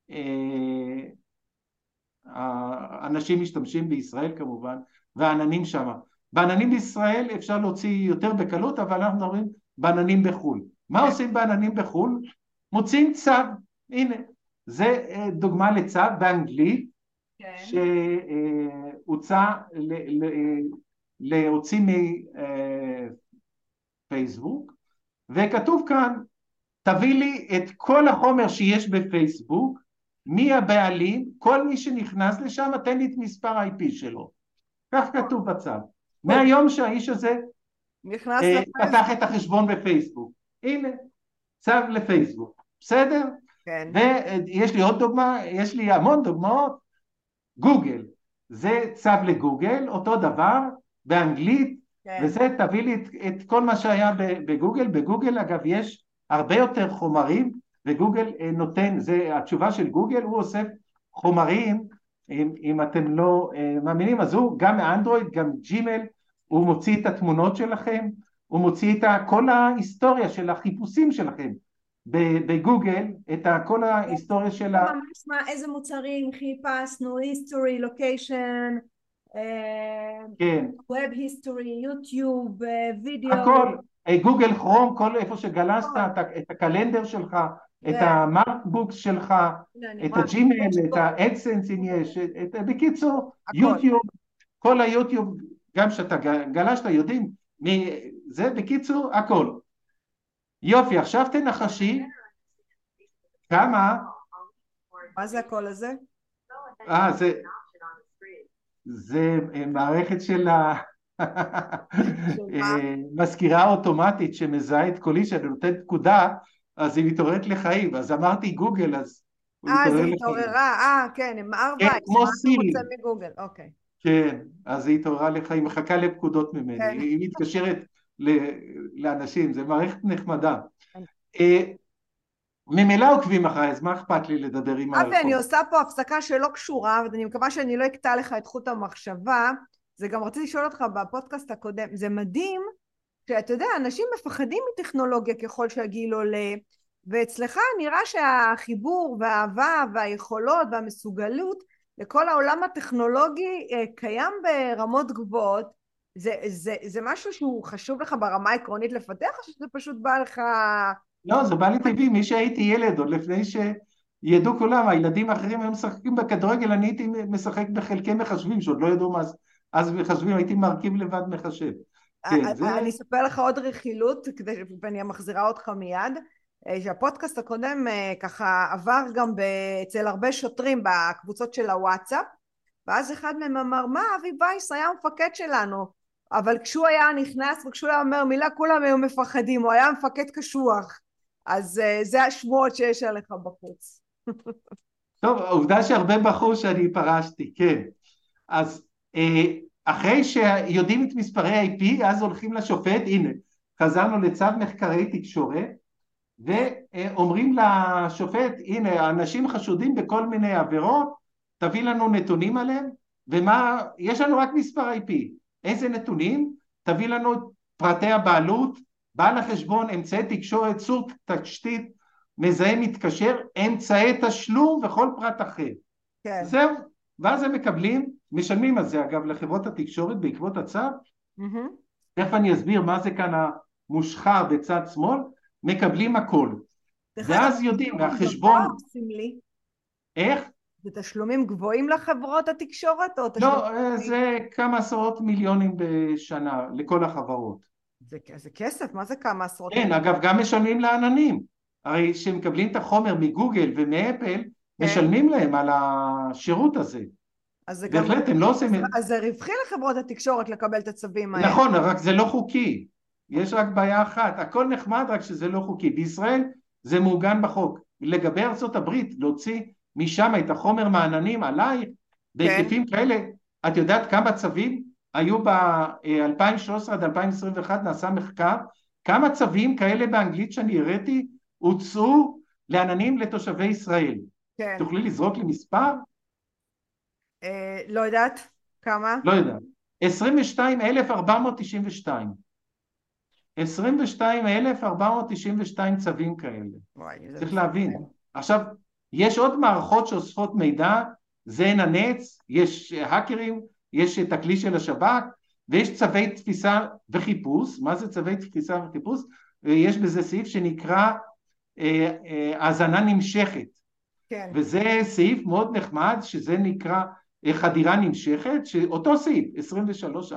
אנשים משתמשים בישראל כמובן, והעננים שם. בעננים בישראל אפשר להוציא יותר בקלות, אבל אנחנו מדברים בעננים בחול. מה עושים בעננים בחול? מוצאים צו, הנה, זה דוגמה לצו באנגלית, שהוצא להוציא מפייסבוק, וכתוב כאן, תביא לי את כל החומר שיש בפייסבוק, מי הבעלים, כל מי שנכנס לשם, תן לי את מספר IP שלו. כך כתוב בצו. מהיום שהאיש הזה פתח את החשבון בפייסבוק. הנה, צו לפייסבוק. בסדר? כן. ויש לי עוד דוגמה, יש לי המון דוגמאות. גוגל, זה צו לגוגל, אותו דבר, באנגלית, כן. וזה תביא לי את כל מה שהיה בגוגל. בגוגל אגב יש הרבה יותר חומרים, וגוגל נותן, זה התשובה של גוגל, הוא אוסף חומרים, אם אתם לא מאמינים, אז הוא גם מאנדרואיד, גם ג'ימל, הוא מוציא את התמונות שלכם, הוא מוציא את כל ההיסטוריה של החיפושים שלכם בגוגל, את כל ההיסטוריה של ממש איזה מוצרים חיפשנו, היסטורי, לוקיישן, ווב היסטורי, יוטיוב, וידאו, הכל, גוגל כרום, כל איפה שגלשת, את הקלנדר שלך, את המרקבוקס שלך, את הג'ימל, את האדסנס אם יש, בקיצור, יוטיוב, כל היוטיוב, גם שאתה גלשת יודעים, זה בקיצור הכל. יופי, עכשיו תנחשי כמה... מה זה הכל הזה? זה מערכת של מזכירה אוטומטית שמזהה את קולי, שאני נותן פקודה, אז היא מתעוררת לחיים, אז אמרתי גוגל, אז הוא מתעורר לחיים. זה התעוררה, כן, עם ארבע, כמו סירי. מגוגל, אוקיי. כן, אז היא התעוררה לחיים, מחכה לפקודות ממני, היא מתקשרת לאנשים, זה מערכת נחמדה. ממילא עוקבים אחרי, אז מה אכפת לי לדבר עם אבי, אני עושה פה הפסקה שלא קשורה, ואני מקווה שאני לא אקטע לך את חוט המחשבה, זה גם רציתי לשאול אותך בפודקאסט הקודם, זה מדהים, שאתה יודע, אנשים מפחדים מטכנולוגיה ככל שהגיל עולה, ואצלך נראה שהחיבור והאהבה והיכולות והמסוגלות לכל העולם הטכנולוגי קיים ברמות גבוהות. זה משהו שהוא חשוב לך ברמה העקרונית לפתח, או שזה פשוט בא לך... לא, זה בא לי טבעי, מי שהייתי ילד, עוד לפני שידעו כולם, הילדים האחרים הם משחקים בכדורגל, אני הייתי משחק בחלקי מחשבים, שעוד לא ידעו מה, אז מחשבים הייתי מרכיב לבד מחשב. אני אספר לך עוד רכילות, ואני מחזירה אותך מיד, שהפודקאסט הקודם ככה עבר גם אצל הרבה שוטרים בקבוצות של הוואטסאפ, ואז אחד מהם אמר, מה, אבי וייס היה המפקד שלנו, אבל כשהוא היה נכנס וכשהוא היה אומר מילה, כולם היו מפחדים, הוא היה מפקד קשוח, אז זה השמועות שיש עליך בחוץ. טוב, העובדה שהרבה בחור שאני פרשתי, כן. אז אחרי שיודעים את מספרי IP, אז הולכים לשופט, הנה, חזרנו לצו מחקרי תקשורת, ואומרים לשופט, הנה, אנשים חשודים בכל מיני עבירות, תביא לנו נתונים עליהם, ומה, יש לנו רק מספר IP. איזה נתונים? תביא לנו פרטי הבעלות, בעל החשבון, אמצעי תקשורת, צור תשתית, מזהה מתקשר, אמצעי תשלום וכל פרט אחר. כן. זהו, ואז הם מקבלים, משלמים על זה אגב לחברות התקשורת בעקבות הצו, תכף אני אסביר מה זה כאן המושחר בצד שמאל, מקבלים הכל. ואז יודעים, מהחשבון... איך? זה תשלומים גבוהים לחברות התקשורת? לא, זה כמה עשרות מיליונים בשנה לכל החברות. זה כסף, מה זה כמה עשרות? כן, אגב, גם משלמים לעננים. הרי כשמקבלים את החומר מגוגל ומאפל, כן. משלמים להם על השירות הזה. אז זה גם, בהחלט, הם לא עושים... אז זה רווחי לחברות התקשורת לקבל את הצווים האלה. נכון, רק זה לא חוקי. יש רק בעיה אחת, הכל נחמד רק שזה לא חוקי. בישראל זה מעוגן בחוק. לגבי ארצות הברית, להוציא משם את החומר מעננים עליי, כן. בהיקפים כאלה, את יודעת כמה צווים היו ב-2013 עד 2021, נעשה מחקר, כמה צווים כאלה באנגלית שאני הראיתי, הוצאו לעננים לתושבי ישראל. כן. תוכלי לזרוק לי מספר? לא יודעת כמה. לא יודע. 22,492. 22,492 צווים כאלה. וואי, צריך להבין. עכשיו, יש עוד מערכות שאוספות מידע, זה עין הנץ, יש האקרים, יש את הכלי של השב"כ, ויש צווי תפיסה וחיפוש. מה זה צווי תפיסה וחיפוש? יש בזה סעיף שנקרא האזנה נמשכת. כן. וזה סעיף מאוד נחמד, שזה נקרא חדירה נמשכת, שאותו סעיף, 23א,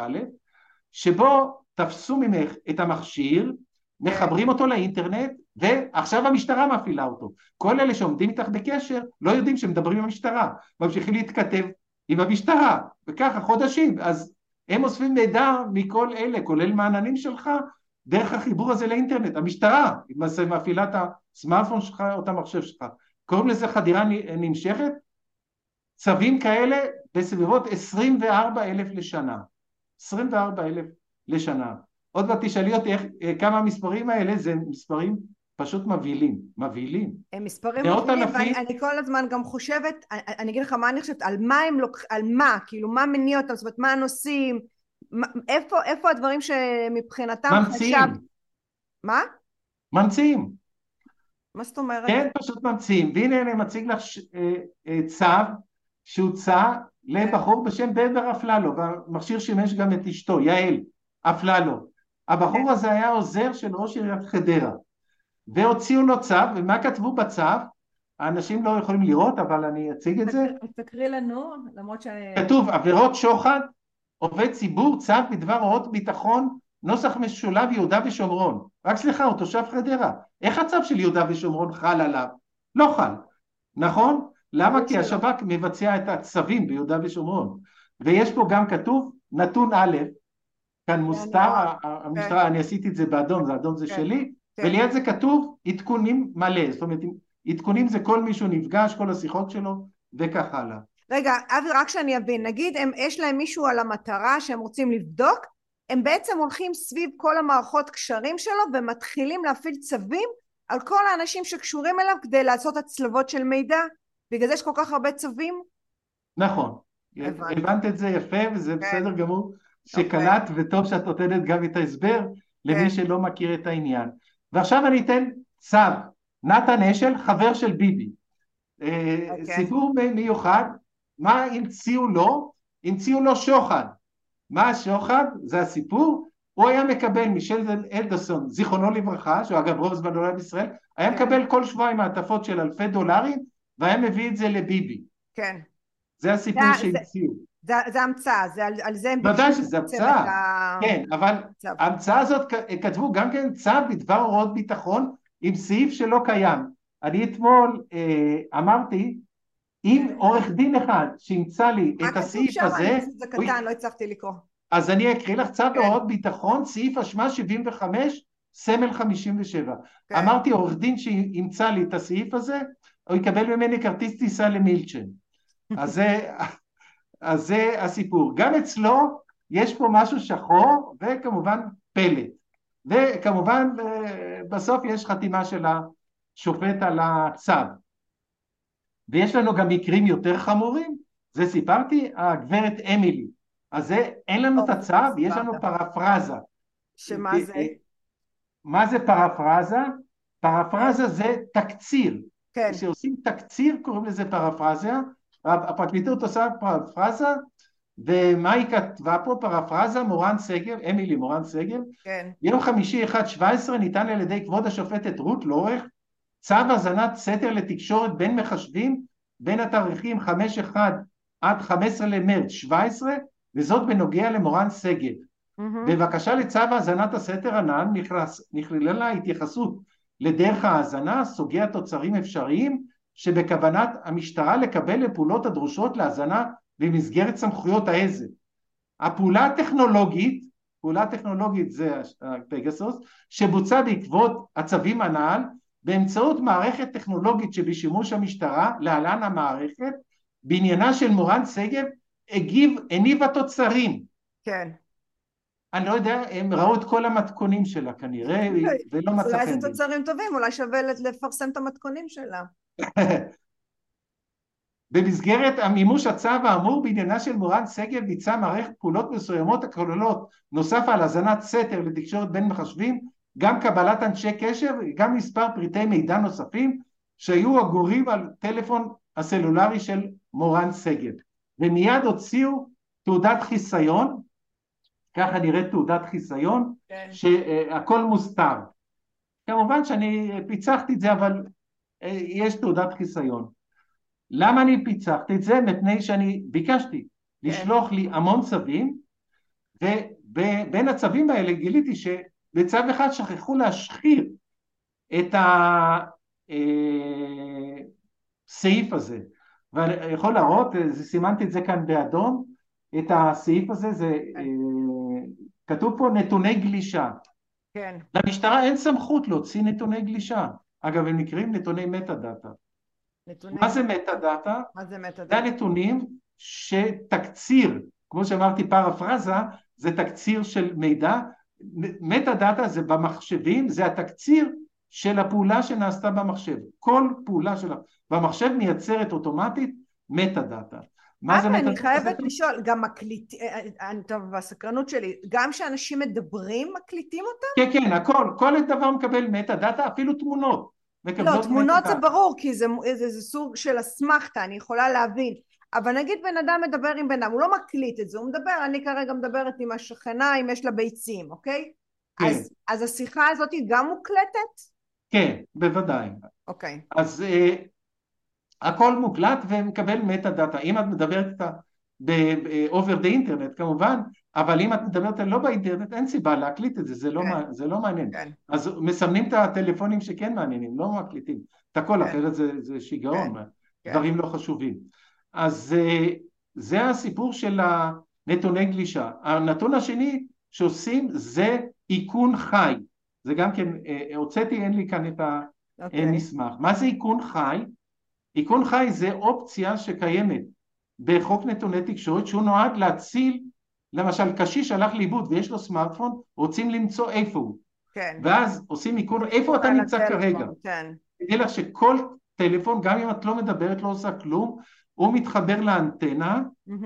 שבו תפסו ממך את המכשיר, מחברים אותו לאינטרנט, ועכשיו המשטרה מפעילה אותו. כל אלה שעומדים איתך בקשר, לא יודעים שמדברים עם המשטרה, ממשיכים להתכתב עם המשטרה, וככה חודשים. אז הם אוספים מידע מכל אלה, כולל מעננים שלך, דרך החיבור הזה לאינטרנט. המשטרה מפעילה את הסמארטפון שלך או את המחשב שלך. קוראים לזה חדירה נמשכת, צווים כאלה בסביבות 24,000 לשנה. 24,000 לשנה. עוד מעט תשאלי אותי כמה המספרים האלה, זה מספרים פשוט מבהילים, מבהילים. הם מספרים מאות מבהילים, אלפים. ואני כל הזמן גם חושבת, אני אגיד לך מה אני חושבת, על מה הם על מה, כאילו מה מניע אותם, זאת אומרת מה הנושאים, איפה הדברים שמבחינתם ממציאים. מה? ממציאים. מה זאת אומרת? כן, פשוט ממציאים. והנה אני מציג לך צו שהוצא לבחור בשם בבר אפללו, והמכשיר שימש גם את אשתו, יעל אפללו. הבחור הזה היה עוזר של ראש עיריית חדרה, והוציאו לו צו, ומה כתבו בצו? האנשים לא יכולים לראות, אבל אני אציג את זה. תקריא לנו, למרות ש... כתוב, עבירות שוחד, עובד ציבור, צו בדבר הוראות ביטחון, נוסח משולב יהודה ושומרון. רק סליחה, הוא תושב חדרה. איך הצו של יהודה ושומרון חל עליו? לא חל, נכון? למה? כי השב"כ מבצע את הצווים ביהודה ושומרון. ויש פה גם כתוב, נתון א', כאן מוסתר, המשטרה, אני עשיתי את זה באדום, זה אדום זה שלי, וליד זה כתוב עדכונים מלא, זאת אומרת, עדכונים זה כל מישהו נפגש, כל השיחות שלו, וכך הלאה. רגע, אבי, רק שאני אבין, נגיד, יש להם מישהו על המטרה שהם רוצים לבדוק, הם בעצם הולכים סביב כל המערכות קשרים שלו, ומתחילים להפעיל צווים על כל האנשים שקשורים אליו, כדי לעשות הצלבות של מידע, בגלל זה יש כל כך הרבה צווים? נכון, הבנת את זה יפה, וזה בסדר גמור, שקלט, וטוב שאת נותנת גם את ההסבר, למי שלא מכיר את העניין. ועכשיו אני אתן צו, נתן אשל, חבר של ביבי. סיפור מיוחד, מה המציאו לו? המציאו לו שוחד. מה השוחד? זה הסיפור. הוא היה מקבל משלדון אדלסון, זיכרונו לברכה, שהוא אגב רוב זמן עולה בישראל, היה מקבל כל שבועיים מעטפות של $1,000, והיה מביא את זה לביבי. כן. זה הסיפור שהמציאו. זה המצאה, על זה הם ודאי שזה המצאה, כן, אבל ההמצאה הזאת כתבו גם כן צו בדבר הוראות ביטחון עם סעיף שלא קיים. אני אתמול אמרתי, אם עורך דין אחד שימצא לי את הסעיף הזה, זה קטן, לא הצלחתי לקרוא. אז אני אקריא לך צו הוראות ביטחון, סעיף אשמה 75, סמל 57. אמרתי, עורך דין שימצא לי את הסעיף הזה, הוא יקבל ממני כרטיס טיסה למילצ'ן. אז זה הסיפור. גם אצלו יש פה משהו שחור, וכמובן פלט. וכמובן בסוף יש חתימה של השופט על הצו. ויש לנו גם מקרים יותר חמורים, זה סיפרתי, הגברת אמילי. אז זה, אין לנו את הצו, יש לנו פרפרזה. שמה זה? מה זה פרפרזה? פרפרזה זה תקציר. כן. כשעושים תקציר קוראים לזה פרפרזה, הפרקליטות עושה פרפרזה, ומה היא כתבה פה? פרפרזה, מורן סגל, אמילי מורן סגל, כן. יום חמישי 1/17 ניתן על ידי כבוד השופטת רות לורך, צו הזנת סתר לתקשורת בין מחשבים, בין התאריכים 5/1 עד 15 למרץ 17, וזאת בנוגע למורן סגל. בבקשה לצו האזנת הסתר הנ"ל נכללה התייחסות לדרך ההאזנה, סוגי התוצרים אפשריים שבכוונת המשטרה לקבל לפעולות הדרושות להאזנה במסגרת סמכויות העזר. הפעולה הטכנולוגית זה הפגסוס, שבוצע בעקבות הצווים הנ"ל באמצעות מערכת טכנולוגית שבשימוש המשטרה, להלן המערכת, בעניינה של מורן שגב, הניבה תוצרים. כן. אני לא יודע, הם ראו את כל המתכונים שלה כנראה, ולא מצא חן. אולי זה תוצרים טובים, אולי שווה לפרסם את המתכונים שלה. במסגרת המימוש הצו האמור בעניינה של מורן שגב ביצעה מערכת פעולות מסוימות הכוללות נוסף על האזנת סתר לתקשורת בין מחשבים, גם קבלת אנשי קשר וגם מספר פריטי מידע נוספים שהיו אגורים על טלפון הסלולרי של מורן שגב, ומיד הוציאו תעודת חיסיון, ככה נראית תעודת חיסיון, כן. שהכל מוסתר. כמובן שאני פיצחתי את זה, אבל יש תעודת חיסיון. למה אני פיצחתי את זה? מפני שאני ביקשתי לשלוח לי המון צווים, ובין הצווים האלה גיליתי שבצו אחד שכחו להשחיר את הסעיף הזה. ואני יכול להראות, סימנתי את זה כאן באדום, את הסעיף הזה, זה כתוב פה נתוני גלישה. כן. למשטרה אין סמכות להוציא נתוני גלישה. אגב, הם נקראים נתוני מטה דאטה. מה זה מטה דאטה? זה הנתונים שתקציר, כמו שאמרתי פרפרזה, זה תקציר של מידע. מטה דאטה זה במחשבים, זה התקציר של הפעולה שנעשתה במחשב. כל פעולה במחשב מייצרת אוטומטית מטה דאטה. אני חייבת לשאול, גם טוב, בסקרנות שלי, גם שאנשים מדברים, מקליטים אותם? כן, הכל, כל דבר מקבל מטה דאטה, אפילו תמונות. לא, תמונות זה ברור, כי זה סוג של אסמכתה, אני יכולה להבין, אבל נגיד בן אדם מדבר עם בן אדם, הוא לא מקליט את זה, הוא מדבר, אני כרגע מדברת עם השכנה, אם יש לה ביצים, אוקיי? כן. אז השיחה הזאת היא גם מוקלטת? כן, בוודאי. אוקיי. אז הכל מוקלט ומקבל מטה דאטה. אם את מדברת איתה over the internet כמובן, אבל אם את מדברת לא באינטרנט, אין סיבה להקליט את זה, זה לא מעניין. אז מסמנים את הטלפונים שכן מעניינים, לא מקליטים. את הכל, אחרת זה שיגעון, דברים לא חשובים. אז זה הסיפור של הנתוני גלישה. הנתון השני שעושים זה איכון חי. זה גם כן, הוצאתי, אין לי כאן את המסמך. מה זה איכון חי? איכון חי זה אופציה שקיימת בחוק נתוני תקשורת, שהוא נועד להציל, למשל קשיש הלך לאיבוד ויש לו סמארטפון, רוצים למצוא איפה הוא. כן. ואז עושים איכון, איפה אתה נמצא כרגע. כן. תדעי לך שכל טלפון, גם אם את לא מדברת, לא עושה כלום, הוא מתחבר לאנטנה,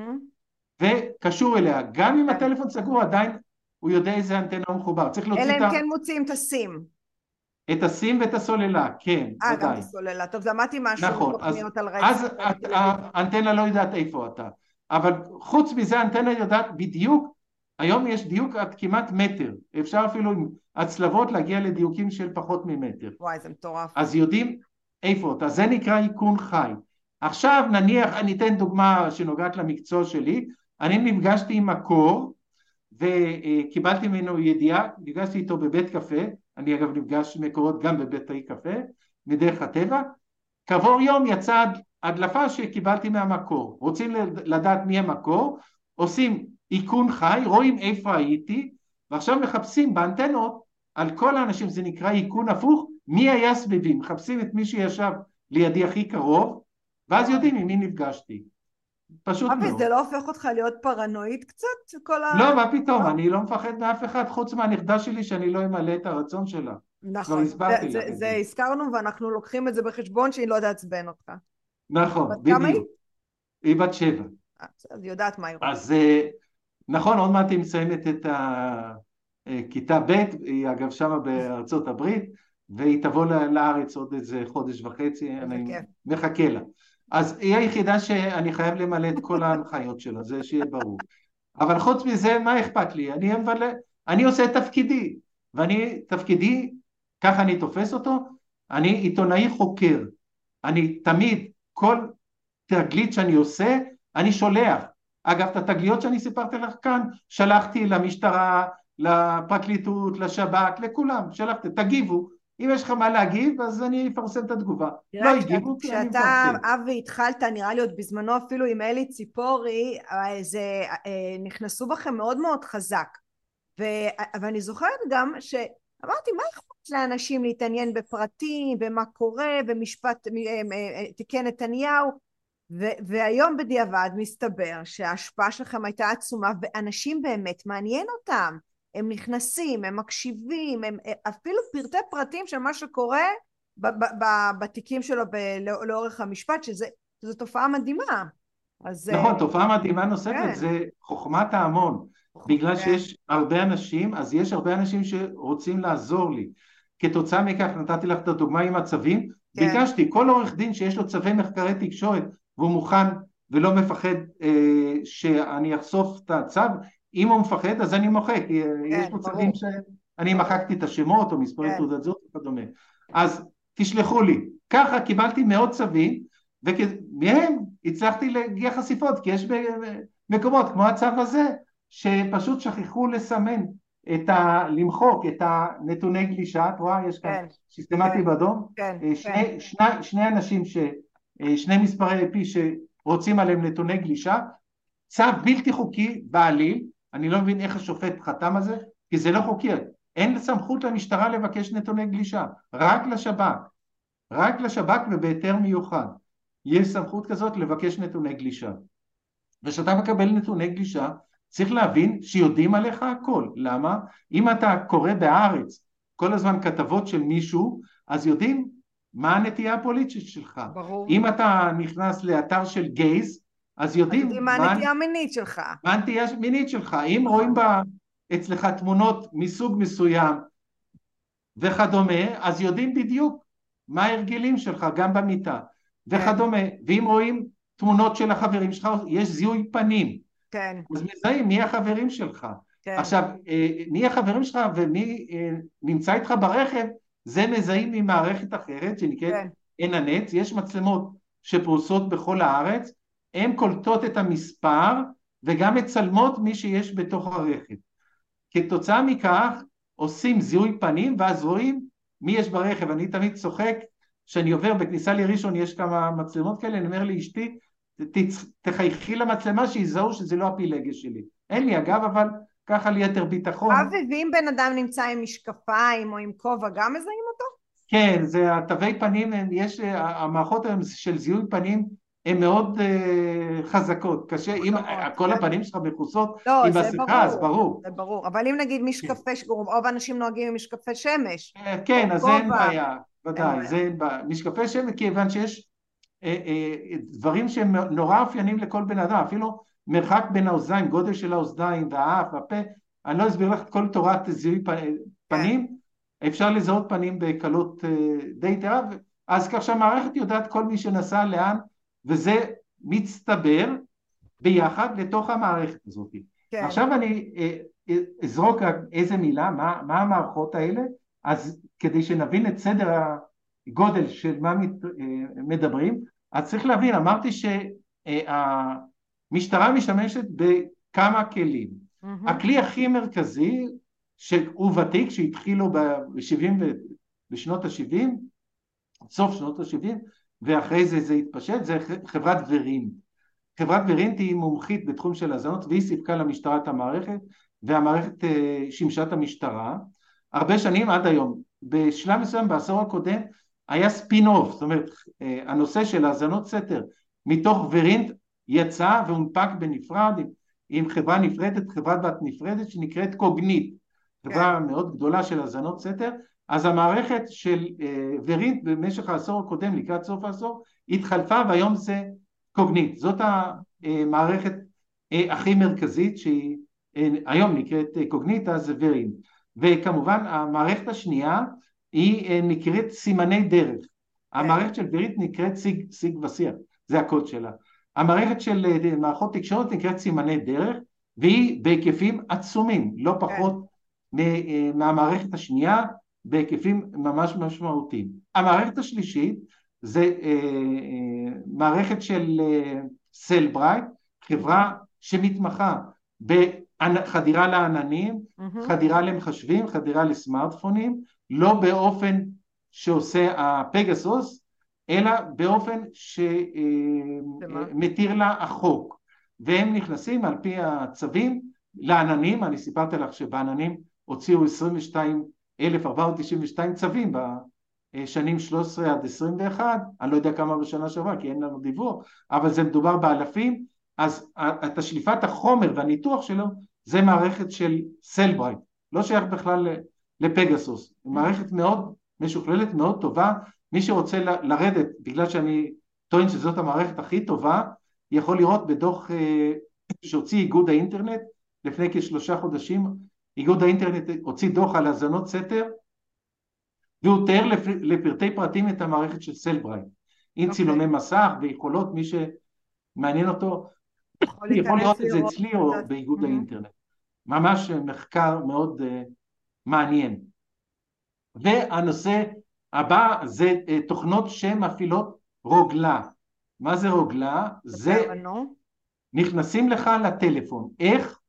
וקשור אליה. גם אם הטלפון סגור, עדיין הוא יודע איזה אנטנה הוא מחובר. צריך להוציא אלא אם כן מוצאים את הסים. את הסים ואת הסוללה, כן. גם את הסוללה. טוב, למדתי משהו. נכון, אז האנטנה לא יודעת איפה אתה. אבל חוץ מזה האנטנה יודעת בדיוק, היום יש דיוק עד כמעט מטר. אפשר אפילו עם הצלבות להגיע לדיוקים של פחות ממטר. וואי, זה מטורף. אז יודעים איפה אתה. זה נקרא איכון חי. עכשיו נניח, אני אתן דוגמה שנוגעת למקצוע שלי. אני נפגשתי עם מקור, וקיבלתי ממנו ידיעה, נפגשתי איתו בבית קפה, אני אגב נפגש מקורות גם בבית תאי קפה, מדרך הטבע, כעבור יום יצאה הדלפה שקיבלתי מהמקור, רוצים לדעת מי המקור, עושים איכון חי, רואים איפה הייתי, ועכשיו מחפשים באנטנות על כל האנשים, זה נקרא איכון הפוך, מי היה סביבי, מחפשים את מי שישב לידי הכי קרוב, ואז יודעים עם מי נפגשתי. פשוט מאוד. אבל זה לא הופך אותך להיות פרנואיד קצת? לא, מה פתאום, אני לא מפחד מאף אחד, חוץ מהנכדה שלי שאני לא אמלא את הרצון שלה. נכון, זה הזכרנו ואנחנו לוקחים את זה בחשבון שהיא לא תעצבן אותך. נכון, בדיוק. היא בת 7. אז יודעת מה היא רואה. אז נכון, עוד מעט היא מסיימת את כיתה ב', היא אגב שמה בארצות הברית, והיא תבוא לארץ עוד איזה חודש וחצי, אני מחכה לה. אז היא היחידה שאני חייב למלא את כל ההנחיות שלה, זה שיהיה ברור. אבל חוץ מזה, מה אכפת לי? אני עושה את תפקידי, ואני תפקידי, ככה אני תופס אותו, אני עיתונאי חוקר. אני תמיד, כל תגלית שאני עושה, אני שולח. אגב, את התגליות שאני סיפרתי לך כאן, שלחתי למשטרה, לפרקליטות, לשב"כ, לכולם, שלחתי, תגיבו, אם יש לך מה להגיב, אז אני אפרסם את התגובה. לא תראה, הגיבו, כי אני כשאתה, מפרסם. אבי, התחלת, נראה לי עוד בזמנו אפילו עם אלי ציפורי, זה נכנסו בכם מאוד מאוד חזק. ואני זוכרת גם שאמרתי, מה אכפת לאנשים להתעניין בפרטים, במה קורה, במשפט תיקי נתניהו, והיום בדיעבד מסתבר שההשפעה שלכם הייתה עצומה, ואנשים באמת מעניין אותם. הם נכנסים, הם מקשיבים, הם אפילו פרטי פרטים של מה שקורה בתיקים שלו לאורך המשפט, שזו תופעה מדהימה. אז נכון, תופעה מדהימה נוספת כן, זה חוכמת ההמון. בגלל כן, שיש הרבה אנשים, אז יש הרבה אנשים שרוצים לעזור לי. כתוצאה מכך נתתי לך את הדוגמה עם הצווים, כן, ביקשתי כל עורך דין שיש לו צווי מחקרי תקשורת והוא מוכן ולא מפחד שאני אחשוף את הצו, אם הוא מפחד אז אני מוחק, יש כן, פה צווים ברור, שאני ברור, מחקתי את השמות או מספרי כן, תעודת זהות וכדומה. אז תשלחו לי, ככה קיבלתי מאות צווים ומהם הצלחתי להגיע חשיפות, כי יש מקומות כמו הצו הזה, שפשוט שכחו לסמן, למחוק את הנתוני גלישה, את רואה, יש כאן כן, סיסטמטי כן, באדום, כן, כן, שני אנשים, שני מספרי IP שרוצים עליהם נתוני גלישה, צו בלתי חוקי בעליל, אני לא מבין איך השופט חתם על זה, כי זה לא חוקי, אין סמכות למשטרה לבקש נתוני גלישה, רק לשב"כ ובהיתר מיוחד. יש סמכות כזאת לבקש נתוני גלישה. וכשאתה מקבל נתוני גלישה, צריך להבין שיודעים עליך הכל. למה? אם אתה קורא בהארץ כל הזמן כתבות של מישהו, אז יודעים מה הנטייה הפוליטית שלך. ברור. אם אתה נכנס לאתר של גייז, אז אז יודעים יודעים מה הנטייה המינית שלך. מה הנטייה המינית שלך. אם רואים נכון. אצלך תמונות מסוג מסוים וכדומה, אז יודעים בדיוק מה ההרגלים שלך, גם במיטה, כן, וכדומה. ואם רואים תמונות של החברים שלך, יש זיהוי פנים, כן, אז מזהים מי החברים שלך. כן, עכשיו, מי החברים שלך ומי נמצא איתך ברכב, זה מזהים ממערכת אחרת שנקראת כן, עין הנץ. יש מצלמות שפרוסות בכל הארץ, הן קולטות את המספר וגם מצלמות מי שיש בתוך הרכב. כתוצאה מכך עושים זיהוי פנים ואז רואים מי יש ברכב. אני תמיד צוחק, כשאני עובר בכניסה לראשון יש כמה מצלמות כאלה, אני אומר לאשתי, תחייכי למצלמה שיזהו שזה לא הפילגש שלי. אין לי אגב, אבל ככה ליתר ביטחון. אבי, ואם בן אדם נמצא עם משקפיים או עם כובע, גם מזהים אותו? כן, זה התווי פנים, המערכות היום של זיהוי פנים הן מאוד חזקות. קשה, אם מוכשרות, כל כן. הפנים שלך מכוסות לא, עם זה מסכה, אז ברור, ברור. זה ברור. אבל אם נגיד משקפי, רוב האנשים נוהגים עם משקפי שמש, כן, או אז אין כובע, בעיה, אין ודאי, בעיה. זה אין בעיה. משקפי שמש, כיוון שיש דברים שהם נורא אופיינים לכל בן אדם, אפילו מרחק בין האוזניים, גודל של האוזניים והאף והפה, אני לא אסביר לך את כל תורת זיהוי כן, פנים, אפשר לזהות פנים בקלות די יתרה, אז כך שהמערכת יודעת כל מי שנסע לאן, וזה מצטבר ביחד לתוך המערכת הזאת. כן, עכשיו אני אזרוק איזה מילה, מה המערכות האלה, אז כדי שנבין את סדר הגודל של מה מדברים, אז צריך להבין, אמרתי שהמשטרה משתמשת בכמה כלים. מהמם, הכלי הכי מרכזי, שהוא ותיק, שהתחילו בשנות ה-70, סוף שנות ה-70, ואחרי זה התפשט, זה חברת ורין. חברת ורין היא מומחית בתחום של האזנות, והיא סיפקה למשטרה את המערכת, והמערכת שימשה את המשטרה. הרבה שנים עד היום. בשלב מסוים בעשור הקודם היה ספין אוף, זאת אומרת הנושא של האזנות סתר מתוך ורינט יצא והונפק בנפרד עם חברה נפרדת, חברת בת נפרדת שנקראת קוגנית, כן, חברה מאוד גדולה של האזנות סתר. אז המערכת של ורינט במשך העשור הקודם לקראת סוף העשור התחלפה והיום זה קוגנית. זאת המערכת הכי מרכזית שהיא היום נקראת קוגנית, אז ורינט. וכמובן המערכת השנייה היא נקראת סימני דרך. כן, המערכת של ורינט נקראת שיג ושיח, זה הקוד שלה. המערכת של מערכות תקשורת נקראת סימני דרך, והיא בהיקפים עצומים, לא כן, פחות מהמערכת השנייה, בהיקפים ממש משמעותיים. המערכת השלישית זה מערכת של סלברייט, חברה שמתמחה בחדירה לעננים, חדירה למחשבים, חדירה לסמארטפונים, לא באופן שעושה הפגסוס, אלא באופן שמתיר לה החוק. והם נכנסים על פי הצווים לעננים. אני סיפרתי לך שבעננים הוציאו 22,492 צווים בשנים 13 עד 21, אני לא יודע כמה בשנה שעברה כי אין לנו דיווח, אבל זה מדובר באלפים. אז את השליפת החומר והניתוח שלו זה מערכת של סלברייט, לא שייך בכלל לפגסוס, מערכת מאוד משוכללת, מאוד טובה. מי שרוצה לרדת, בגלל שאני טוען שזאת המערכת הכי טובה, יכול לראות בדוח שהוציא איגוד האינטרנט לפני כ3 חודשים. איגוד האינטרנט הוציא דוח על האזנות סתר, והוא תאר לפרטי פרטים את המערכת של סלברייט, עם צילומי מסך ויכולות. מי שמעניין אותו יכול לראות את זה אצלי או באיגוד האינטרנט. ממש מחקר מאוד מעניין. והנושא הבא זה תוכנות שמפעילות רוגלה. מה זה רוגלה? זה נכנסים לך לטלפון. איך?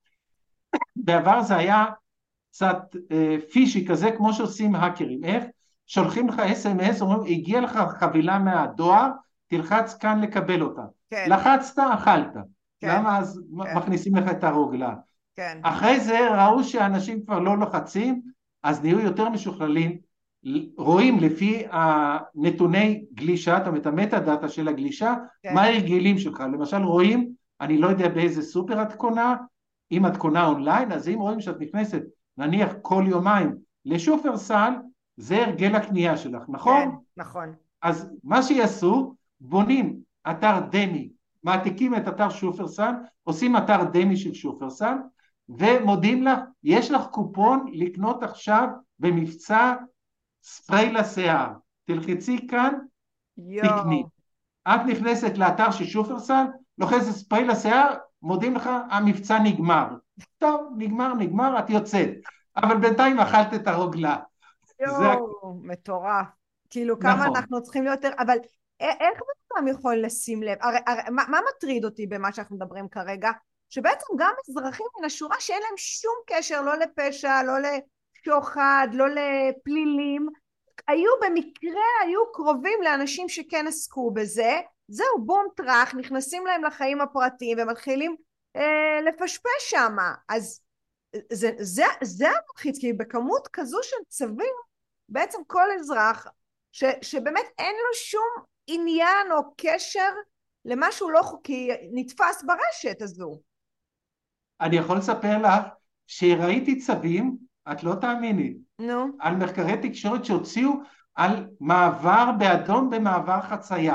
בעבר זה היה קצת פישי כזה, כמו שעושים האקרים. איך? שולחים לך SMS, אומרים, הגיע לך חבילה מהדואר, תלחץ כאן לקבל אותה. כן. לחצת, אכלת. כן. למה אז כן. מכניסים לך את הרוגלה? כן. אחרי זה ראו שאנשים כבר לא לוחצים, אז נהיו יותר משוכללים, רואים לפי הנתוני גלישה, את המטה דאטה של הגלישה, כן. מה הרגילים שלך. למשל רואים, אני לא יודע באיזה סופר את קונה, אם את קונה אונליין, אז אם רואים שאת נכנסת, נניח כל יומיים לשופרסל, זה הרגל הקנייה שלך, נכון? כן, נכון. אז מה שיעשו, בונים אתר דמי, מעתיקים את אתר שופרסל, עושים אתר דמי של שופרסל, ומודיעים לך, יש לך קופון לקנות עכשיו במבצע ספרי לשיער, תלחצי כאן, תקני. את נכנסת לאתר של שופרסל, לוחצת ספרי לשיער, מודיעים לך, המבצע נגמר. טוב, נגמר, את יוצאת. אבל בינתיים אכלת את הרוגלה. מטורף. כאילו כמה אנחנו צריכים להיות יותר, אבל איך אתה יכול לשים לב? מה מטריד אותי במה שאנחנו מדברים כרגע? שבעצם גם אזרחים מן השורה שאין להם שום קשר, לא לפשע, לא לשוחד, לא לפלילים, היו קרובים לאנשים שכן עסקו בזה, זהו, בום טרח, נכנסים להם לחיים הפרטיים ומתחילים לפשפש שם. אז זה המחיץ, כי בכמות כזו של צווים, בעצם כל אזרח שבאמת אין לו שום עניין או קשר למשהו לא חוקי, נתפס ברשת הזו. אני יכול לספר לך שראיתי צווים, את לא תאמיני, על מחקרי תקשורת שהוציאו על מעבר באדום במעבר חצייה.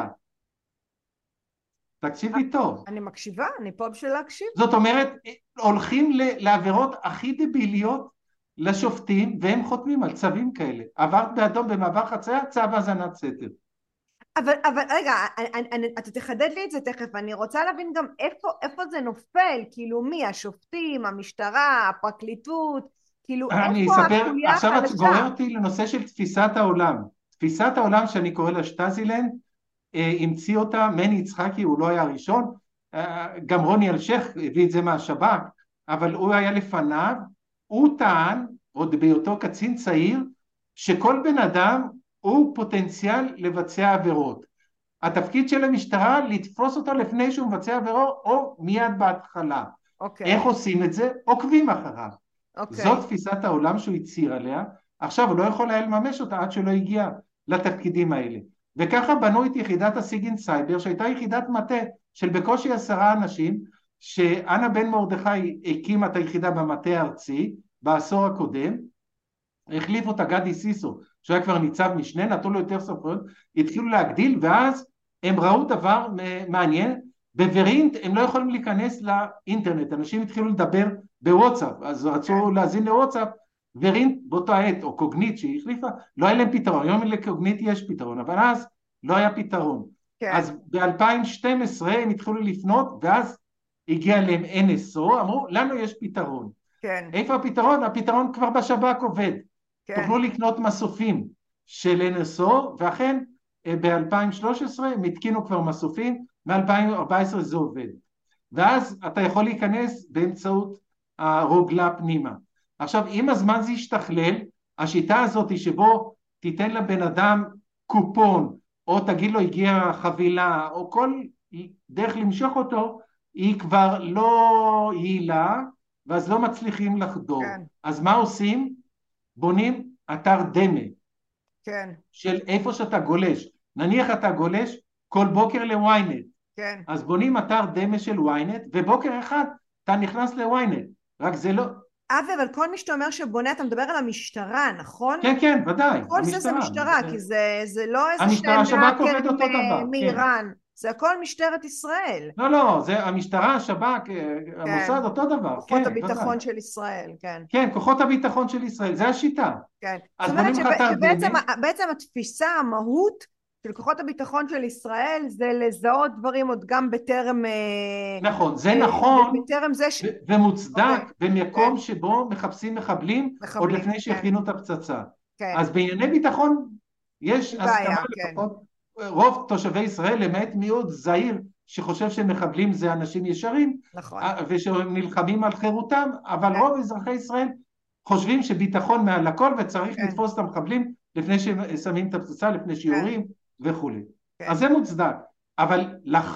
תקשיבי טוב. אני מקשיבה, אני פה בשביל להקשיב. זאת אומרת, הולכים לעבירות הכי דביליות לשופטים, והם חותמים על צווים כאלה. עברת באדום במעבר חצייה, צו האזנת סתר. אבל רגע, אתה תחדד לי את זה תכף, אני רוצה להבין גם איפה זה נופל, כאילו מי, השופטים, המשטרה, הפרקליטות, כאילו איפה החוליה החדשה? עכשיו את גורר אותי לנושא של תפיסת העולם. תפיסת העולם שאני קורא לה שטזילנד, המציא אותה מני יצחקי, הוא לא היה הראשון, גם רוני אלשך הביא את זה מהשב"כ, אבל הוא היה לפניו. הוא טען, עוד בהיותו קצין צעיר, שכל בן אדם הוא פוטנציאל לבצע עבירות. התפקיד של המשטרה לתפוס אותו לפני שהוא מבצע עבירות, או מיד בהתחלה. איך עושים את זה? עוקבים אחריו. זאת תפיסת העולם שהוא הצהיר עליה. עכשיו הוא לא יכול היה לממש אותה עד שלא הגיע לתפקידים האלה. וככה בנו את יחידת הסיגינט סייבר, שהייתה יחידת מטה של בקושי 10 אנשים, שאנה בן מרדכי הקימה את היחידה במטה הארצי בעשור הקודם, החליף אותה גדי סיסו, שהיה כבר ניצב משנה, נתנו לו יותר סמכויות, התחילו להגדיל, ואז הם ראו דבר מעניין, בוורינט הם לא יכולים להיכנס לאינטרנט, אנשים התחילו לדבר בוואטסאפ, אז רצו להזין לוואטסאפ, ורינט באותה עת, או קוגנית שהיא החליפה, לא היה להם פתרון. היום לקוגנית יש פתרון, אבל אז לא היה פתרון. כן. אז ב-2012 הם התחילו לפנות, ואז הגיע להם NSO, אמרו, לנו יש פתרון. כן. איפה הפתרון? הפתרון כבר בשב"כ עובד. כן. תוכלו לקנות מסופים של NSO, ואכן ב-2013 הם התקינו כבר מסופים, מ-2014 זה עובד. ואז אתה יכול להיכנס באמצעות הרוגלה פנימה. עכשיו, אם הזמן זה ישתכלל, השיטה הזאת היא שבו תיתן לבן אדם קופון, או תגיד לו הגיעה חבילה, או כל דרך למשוך אותו, היא כבר לא יעילה, ואז לא מצליחים לחדור. כן. אז מה עושים? בונים אתר דמה, כן. של איפה שאתה גולש. נניח אתה גולש כל בוקר לוויינט, כן. אז בונים אתר דמה של וויינט, ובוקר אחד אתה נכנס לוויינט, רק זה לא... אבל כל מי שאתה אומר שבונה, אתה מדבר על המשטרה, נכון? כן, כן, ודאי, כל זה המשטרה. משטרה, כי זה לא איזה המשטרה, שהם השב"כ עובד האקרים אותו דבר, כן. מאיראן, זה הכל משטרת ישראל. לא, לא, זה המשטרה, השב"כ, כן, המוסד, אותו דבר, כוחות כן, ודאי. הביטחון של ישראל, כן. כן, כוחות הביטחון של ישראל, זה השיטה. כן. זאת אז אומרת בונים לך אתר דמה. שבעצם התפיסה, המהות של כוחות הביטחון של ישראל זה לזהות דברים עוד גם בטרם... נכון, זה נכון בטרם זה ומוצדק במקום כן. שבו מחפשים מחבלים עוד לפני כן. שהכינו את הפצצה. כן. אז בענייני ביטחון יש הסכמה בעיה, לפחות, רוב תושבי ישראל, למעט מיעוט זהיר שחושב שמחבלים זה אנשים ישרים, נכון. ושנלחמים על חירותם, אבל כן. רוב אזרחי ישראל חושבים שביטחון מעל הכל, וצריך כן. לתפוס את המחבלים לפני ששמים את הפצצה, לפני שיורים וכולי. כן. אז זה מוצדק, אבל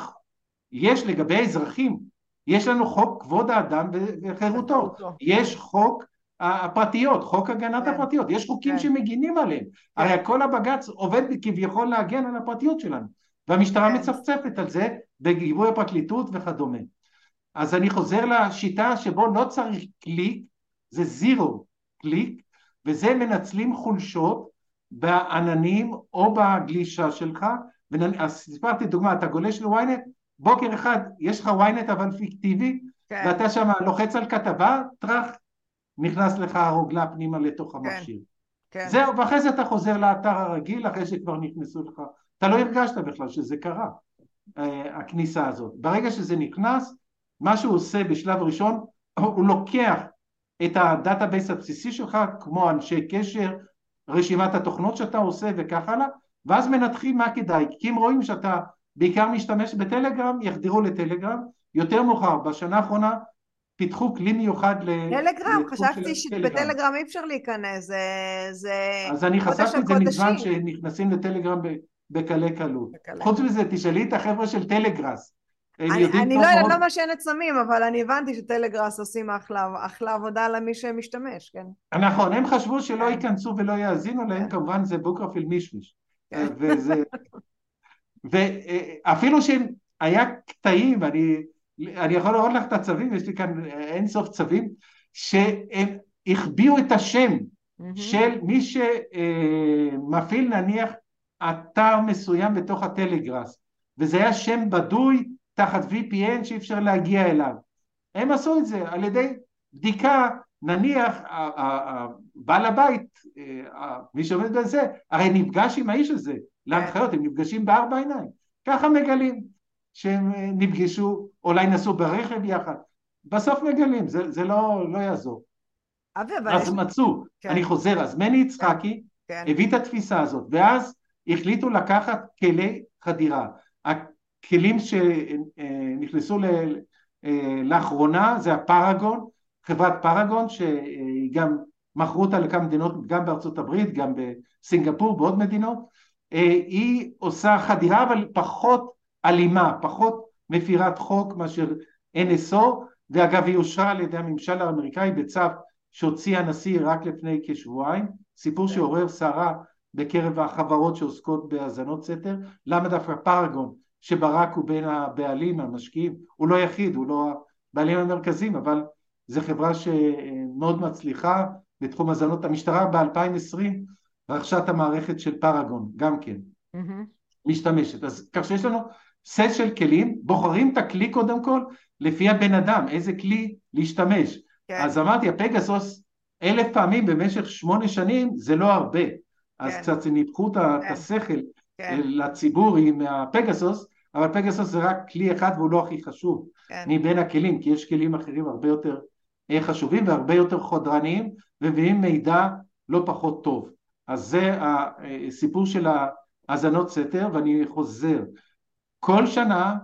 יש לגבי האזרחים, יש לנו חוק כבוד האדם וחירותו, יש חוק הפרטיות, חוק הגנת הפרטיות, יש חוקים שמגינים עליהם, הרי כל הבג"ץ עובד כביכול להגן על הפרטיות שלנו, והמשטרה מצפצפת על זה בגיבוי הפרקליטות וכדומה. אז אני חוזר לשיטה שבו לא צריך קליק, זה זירו קליק, וזה מנצלים חולשות בעננים או בגלישה שלך. אז סיפרתי דוגמה, אתה גולש לוויינט, בוקר אחד יש לך וויינט אבל פיקטיבי, ואתה שם לוחץ על כתבה, טרח, נכנס לך הרוגלה פנימה לתוך המכשיר. זהו, ואחרי זה אתה חוזר לאתר הרגיל, אחרי שכבר נכנסו לך, אתה לא הרגשת בכלל שזה קרה, הכניסה הזאת. ברגע שזה נכנס, מה שהוא עושה בשלב ראשון, הוא לוקח את הדאטאבייס הבסיסי שלך, כמו אנשי קשר, רשימת התוכנות שאתה עושה וכך הלאה, ואז מנתחים מה כדאי, כי אם רואים שאתה בעיקר משתמש בטלגרם, יחדירו לטלגרם. יותר מאוחר, בשנה האחרונה, פיתחו כלי מיוחד טלגרם, חשבתי שבטלגרם אי אפשר להיכנס, אז אני חשפתי את זה מזמן שנכנסים לטלגרם בקלי קלות. חוץ מזה, תשאלי את החבר'ה של טלגראס. אני לא משנת סמים, אבל אני הבנתי שטלגראס עושים אחלה עבודה למי שמשתמש, כן? נכון, הם חשבו שלא ייכנסו ולא יאזינו להם, כמובן זה בוקרפיל מישמיש. ואפילו שהיה קטעים, אני יכול לראות לך את הצווים, יש לי כאן אין סוף צווים, שהם הכביאו את השם של מי שמפעיל נניח אתר מסוים בתוך הטלגראס, וזה היה שם בדוי תחת VPN שאי אפשר להגיע אליו. הם עשו את זה על ידי בדיקה, נניח בעל הבית, מי שעומד בזה, הרי נפגש עם האיש הזה, להנחיות, הם נפגשים בארבע עיניים, ככה מגלים שהם נפגשו, אולי נסעו ברכב יחד, בסוף מגלים, זה לא יעזור. אז מצאו, אני חוזר, אז מני יצחקי הביא את התפיסה הזאת, ואז החליטו לקחת כלי חדירה. הכלים שנכנסו לאחרונה זה הפארגון, חברת פארגון, שגם מכרו אותה לכמה מדינות, גם בארצות הברית, גם בסינגפור, בעוד מדינות. היא עושה חדירה, אבל פחות אלימה, פחות מפירת חוק מאשר NSO, ואגב היא אושרה על ידי הממשל האמריקאי בצו שהוציא הנשיא רק לפני כשבועיים, סיפור שעורר סערה בקרב החברות שעוסקות בהאזנות סתר. למה דווקא פארגון, שברק הוא בין הבעלים המשקיעים, הוא לא יחיד, הוא לא הבעלים המרכזיים, אבל זו חברה שמאוד מצליחה בתחום האזנות. המשטרה ב-2020 רכשה את המערכת של פארגון, גם כן, משתמשת. אז כך שיש לנו סט של כלים, בוחרים את הכלי קודם כל, לפי הבן אדם, איזה כלי להשתמש. אז אמרתי, הפגסוס 1,000 פעמים במשך 8 שנים, זה לא הרבה. אז קצת ניפחו את השכל לציבור עם הפגסוס, אבל פגסוס זה רק כלי אחד והוא לא הכי חשוב מבין הכלים, כי יש כלים אחרים הרבה יותר חשובים והרבה יותר חודרניים, ומביאים מידע לא פחות טוב. אז זה הסיפור של האזנות סתר, ואני חוזר. כל שנה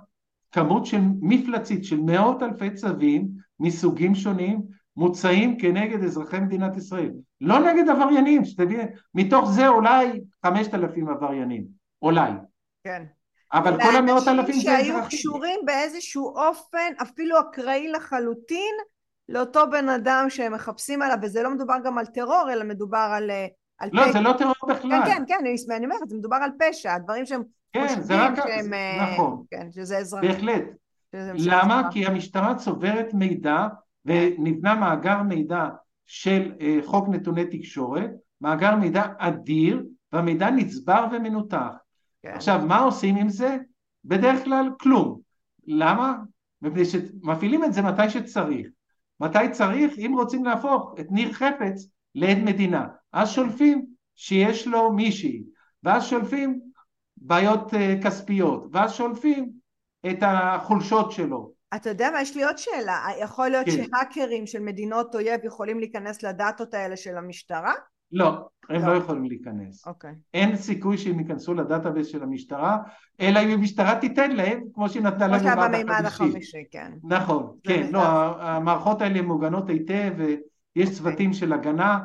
כמות של מפלצית של מאות אלפי צווים מסוגים שונים מוצאים כנגד אזרחי מדינת ישראל, לא נגד עבריינים, שתבין, מתוך זה אולי 5,000 עבריינים, אולי. כן. אבל כל המאות אלפים זה שהיו אזרחים. קשורים באיזשהו אופן, אפילו אקראי לחלוטין, לאותו בן אדם שהם מחפשים עליו, וזה לא מדובר גם על טרור, אלא מדובר על לא, פשע. זה לא טרור בכלל. כן, כן, כן, אני אומרת, זה מדובר על פשע, הדברים שהם כן, זה חושבים רק... שהם... נכון. כן, שזה אזרחים. בהחלט. למה? כי המשטרה צוברת מידע, ונבנה מאגר מידע של חוק נתוני תקשורת, מאגר מידע אדיר, והמידע נצבר ומנותח. כן. עכשיו, מה עושים עם זה? בדרך כלל כלום. למה? מפני שמפעילים את זה מתי שצריך. מתי צריך? אם רוצים להפוך את ניר חפץ לעד מדינה. אז שולפים שיש לו מישהי, ואז שולפים בעיות כספיות, ואז שולפים את החולשות שלו. אתה יודע מה, יש לי עוד שאלה. יכול להיות כן. שהאקרים של מדינות אויב יכולים להיכנס לדאטות האלה של המשטרה? לא, הם לא יכולים להיכנס. אוקיי. אין סיכוי שהם ייכנסו לדאטאבייס של המשטרה, אלא אם המשטרה תיתן להם, כמו שהיא נתנה להם במימד החמישי, כן. נכון, כן, לא, המערכות האלה מוגנות היטב, ויש צוותים של הגנה,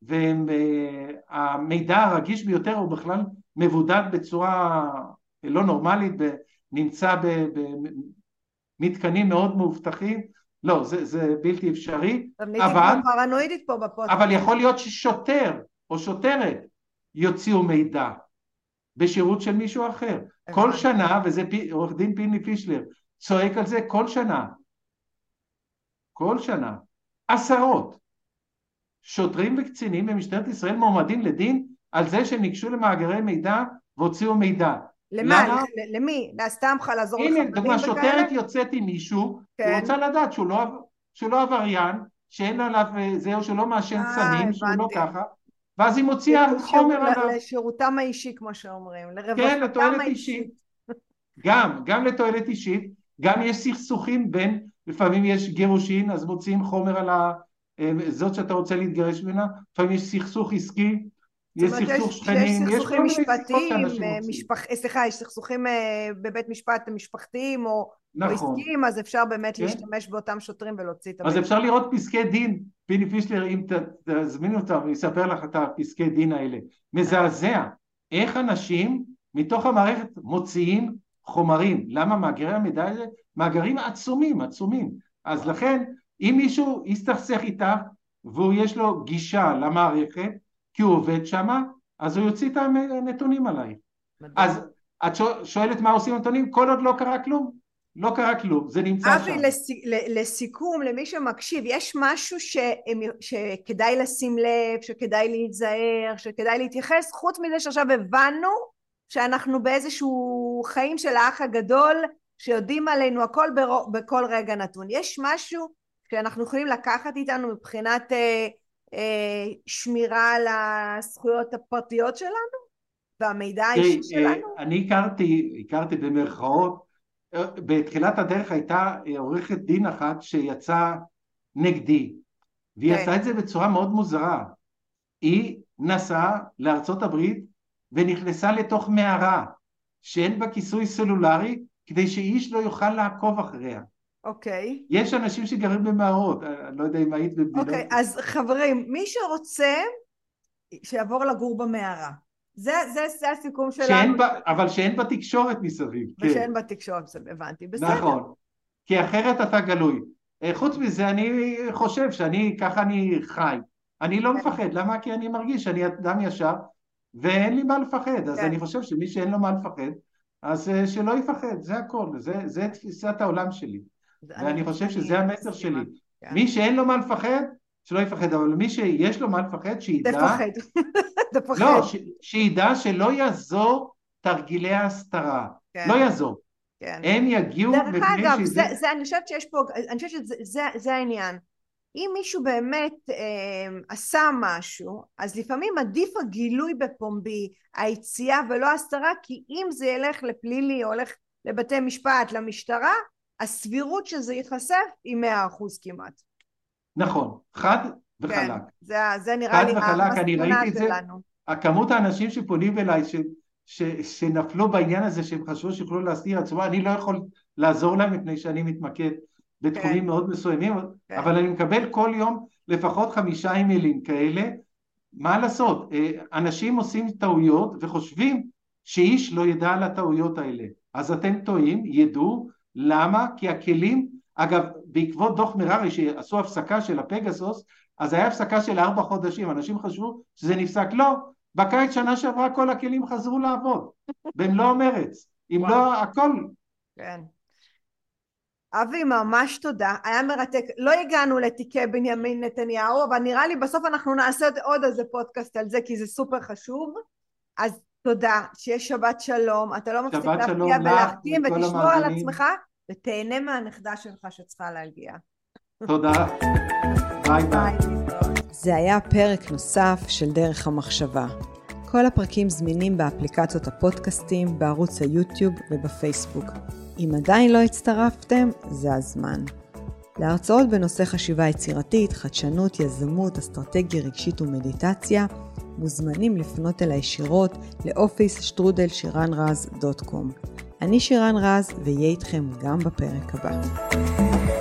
והמידע הרגיש ביותר הוא בכלל מבודד בצורה לא נורמלית, נמצא במתקנים מאוד מאובטחים, לא, זה בלתי אפשרי, אבל יכול להיות ששוטר או שוטרת יוציאו מידע בשירות של מישהו אחר. כל שנה, וזה עורך דין פיני פישלר צועק על זה, כל שנה, עשרות שוטרים וקצינים במשטרת ישראל מועמדים לדין על זה שהם ניגשו למאגרי מידע והוציאו מידע. למה? למי? סתם לעזור לחברים? הנה, דוגמה, שוטרת יוצאת עם מישהו, היא רוצה לדעת שהוא לא עבריין, שאין עליו זהו, שלא מעשן סמים, שהוא לא ככה, ואז היא מוציאה חומר עליו. לשירותם האישי, כמו שאומרים, כן, לתועלת אישית. גם לתועלת אישית, גם יש סכסוכים בין, לפעמים יש גירושין, אז מוציאים חומר על זאת שאתה רוצה להתגרש ממנה, לפעמים יש סכסוך עסקי, יש סכסוך שכנים, יש סכסוכים משפטיים, יש סכסוכים בבית משפט משפחתיים או עסקיים, אז אפשר באמת להשתמש באותם שוטרים ולהוציא את אז אפשר לראות פסקי דין, פיני פישלר, אם תזמין אותם, אני אספר לך את הפסקי דין האלה. מזעזע, איך אנשים מתוך המערכת מוציאים חומרים, למה מאגרי המידע האלה? מאגרים עצומים. אז לכן, אם מישהו יסתכסך איתך, והוא יש לו גישה למערכת, כי הוא עובד שמה, אז הוא יוציא את הנתונים עליי. אז את שואלת מה עושים הנתונים? כל עוד לא קרה כלום, זה נמצא שם. לסיכום, למי שמקשיב, יש משהו שכדאי לשים לב, שכדאי להיזהר, שכדאי להתייחס, חוץ מזה שעכשיו הבנו שאנחנו באיזשהו חיים של האח הגדול, שיודעים עלינו הכל בכל רגע נתון. יש משהו שאנחנו יכולים לקחת איתנו מבחינת שמירה על הזכויות הפרטיות שלנו והמידע האישי שלנו? אני הכרתי במרכאות, בתחילת הדרך הייתה עורכת דין אחת שיצאה נגדי, והיא עשתה את זה בצורה מאוד מוזרה. היא נסעה לארצות הברית ונכנסה לתוך מערה שאין בה כיסוי סלולרי, כדי שאיש לא יוכל לעקוב אחריה. אוקיי. יש אנשים שגרים במערות, אני לא יודע אם היית במדינות. אוקיי, אז חברים, מי שרוצה שיעבור לגור במערה. זה הסיכום שלנו. אבל שאין בה תקשורת מסביב. ושאין בה תקשורת מסביב, הבנתי. בסדר. נכון. כי אחרת אתה גלוי. חוץ מזה, אני חושב ככה אני חי. אני לא מפחד. למה? כי אני מרגיש שאני אדם ישר, ואין לי מה לפחד. אז אני חושב שמי שאין לו מה לפחד, אז שלא יפחד. זה הכל. זה תפיסת העולם שלי. ואני חושב שזה המסר שלי. מי שאין לו מה לפחד, שלא יפחד, אבל מי שיש לו מה לפחד, שידע... תפחד. לא, שידע שלא יעזור תרגילי ההסתרה. לא יעזור. הם יגיעו... דרך אגב, אני חושבת שיש פה, אני חושבת שזה העניין. אם מישהו באמת עשה משהו, אז לפעמים עדיף הגילוי בפומבי, היציאה ולא ההסתרה, כי אם זה ילך לפלילי או הולך לבתי משפט, למשטרה, הסבירות שזה ייחשף היא 100% כמעט. נכון, חד וחלק. כן, זה נראה לי המסקנה שלנו. הכמות האנשים שפונים אליי, שנפלו בעניין הזה, שהם חשבו שיוכלו להסתיר עצמו, אני לא יכול לעזור להם מפני שאני מתמקד בתחומים מאוד מסוימים, אבל אני מקבל כל יום לפחות 5 אימיילים כאלה. מה לעשות? אנשים עושים טעויות וחושבים שאיש לא ידע על הטעויות האלה. אז אתם טועים, ידעו. למה? כי הכלים, אגב, בעקבות דוח מררי שעשו הפסקה של הפגסוס, אז היה הפסקה של 4 חודשים, אנשים חשבו שזה נפסק. לא, בקיץ שנה שעברה כל הכלים חזרו לעבוד, במלוא המרץ, אם לא הכל. כן. אבי, ממש תודה, היה מרתק. לא הגענו לתיקי בנימין נתניהו, אבל נראה לי בסוף אנחנו נעשה עוד איזה פודקאסט על זה, כי זה סופר חשוב. אז תודה, שיש שבת שלום, אתה לא מפסיק להפתיע ולהחתים, ותשמור על עצמך, ותהנה מהנכדה שלך שצריכה להגיע. תודה, ביי ביי. זה היה פרק נוסף של דרך המחשבה. כל הפרקים זמינים באפליקציות הפודקאסטים, בערוץ היוטיוב ובפייסבוק. אם עדיין לא הצטרפתם, זה הזמן. להרצאות בנושא חשיבה יצירתית, חדשנות, יזמות, אסטרטגיה רגשית ומדיטציה, מוזמנים לפנות אליי ישירות ל-office@shiranraz.com. אני שירן רז, ואהיה איתכם גם בפרק הבא.